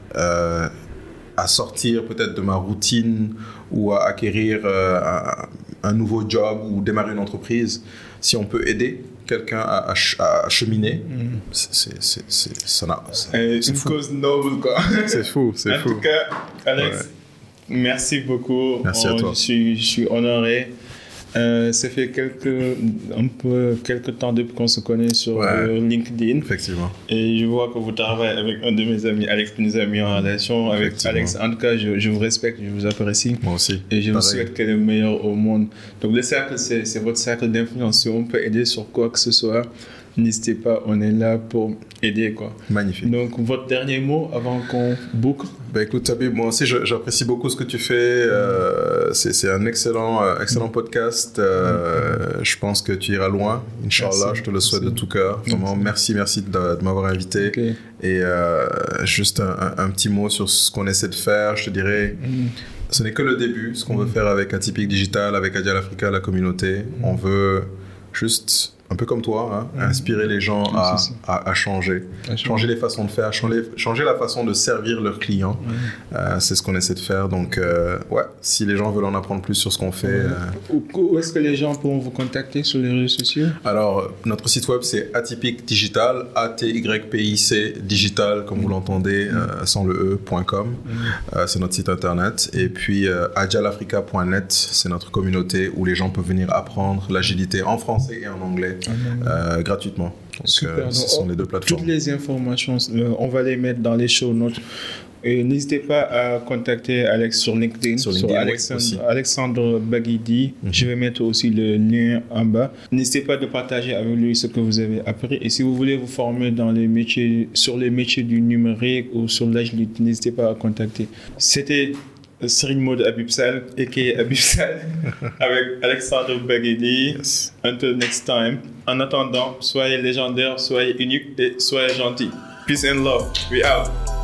sortir peut-être de ma routine ou à acquérir un nouveau job ou démarrer une entreprise. Si on peut aider quelqu'un à cheminer, c'est une cause noble, quoi. C'est fou, c'est fou. En tout cas, Alex, merci beaucoup. Merci à toi. Je suis honoré. Ça fait quelques temps depuis qu'on se connaît sur LinkedIn. Effectivement. Et je vois que vous travaillez avec un de mes amis, Alex, qui nous a mis en relation. Avec Alex, en tout cas, je vous respecte, je vous apprécie. Moi aussi. Et je vous souhaite que le meilleur au monde. Donc, le cercle, c'est votre cercle d'influence. Si on peut aider sur quoi que ce soit, n'hésitez pas, on est là pour aider, quoi. Magnifique. Donc, votre dernier mot avant qu'on boucle? Ben écoute, Habib, moi aussi, j'apprécie beaucoup ce que tu fais. C'est un excellent podcast. Je pense que tu iras loin. Inch'Allah, je te le souhaite de tout cœur. Vraiment, merci de m'avoir invité. Okay. Et juste un petit mot sur ce qu'on essaie de faire. Je te dirais, ce n'est que le début. Ce qu'on veut faire avec Atypique Digital, avec Adial Africa, la communauté. On veut juste... un peu comme toi, inspirer les gens à changer. Changer les façons de faire, changer la façon de servir leurs clients. C'est ce qu'on essaie de faire. Donc, si les gens veulent en apprendre plus sur ce qu'on fait... Où est-ce que les gens pourront vous contacter sur les réseaux sociaux? Alors, notre site web, c'est Atypique Digital, ATYPIC Digital, comme vous l'entendez, sans le E.com. C'est notre site internet. Et puis, adialafrica.net, c'est notre communauté où les gens peuvent venir apprendre l'agilité en français et en anglais. Gratuitement. Donc, super. Ce sont les deux plateformes. Toutes les informations, on va les mettre dans les show notes. Et n'hésitez pas à contacter Alex sur LinkedIn, sur Alexandre Baguidi. Je vais mettre aussi le lien en bas. N'hésitez pas de partager avec lui ce que vous avez appris. Et si vous voulez vous former sur les métiers du numérique ou sur l'agilité, n'hésitez pas à contacter. C'était Serigne Modou Habib Sall, a.k.a. Habib Sall, avec Alexandre Baguidi. Yes. Until next time. En attendant, soyez légendaires, soyez uniques et soyez gentils. Peace and love. We out.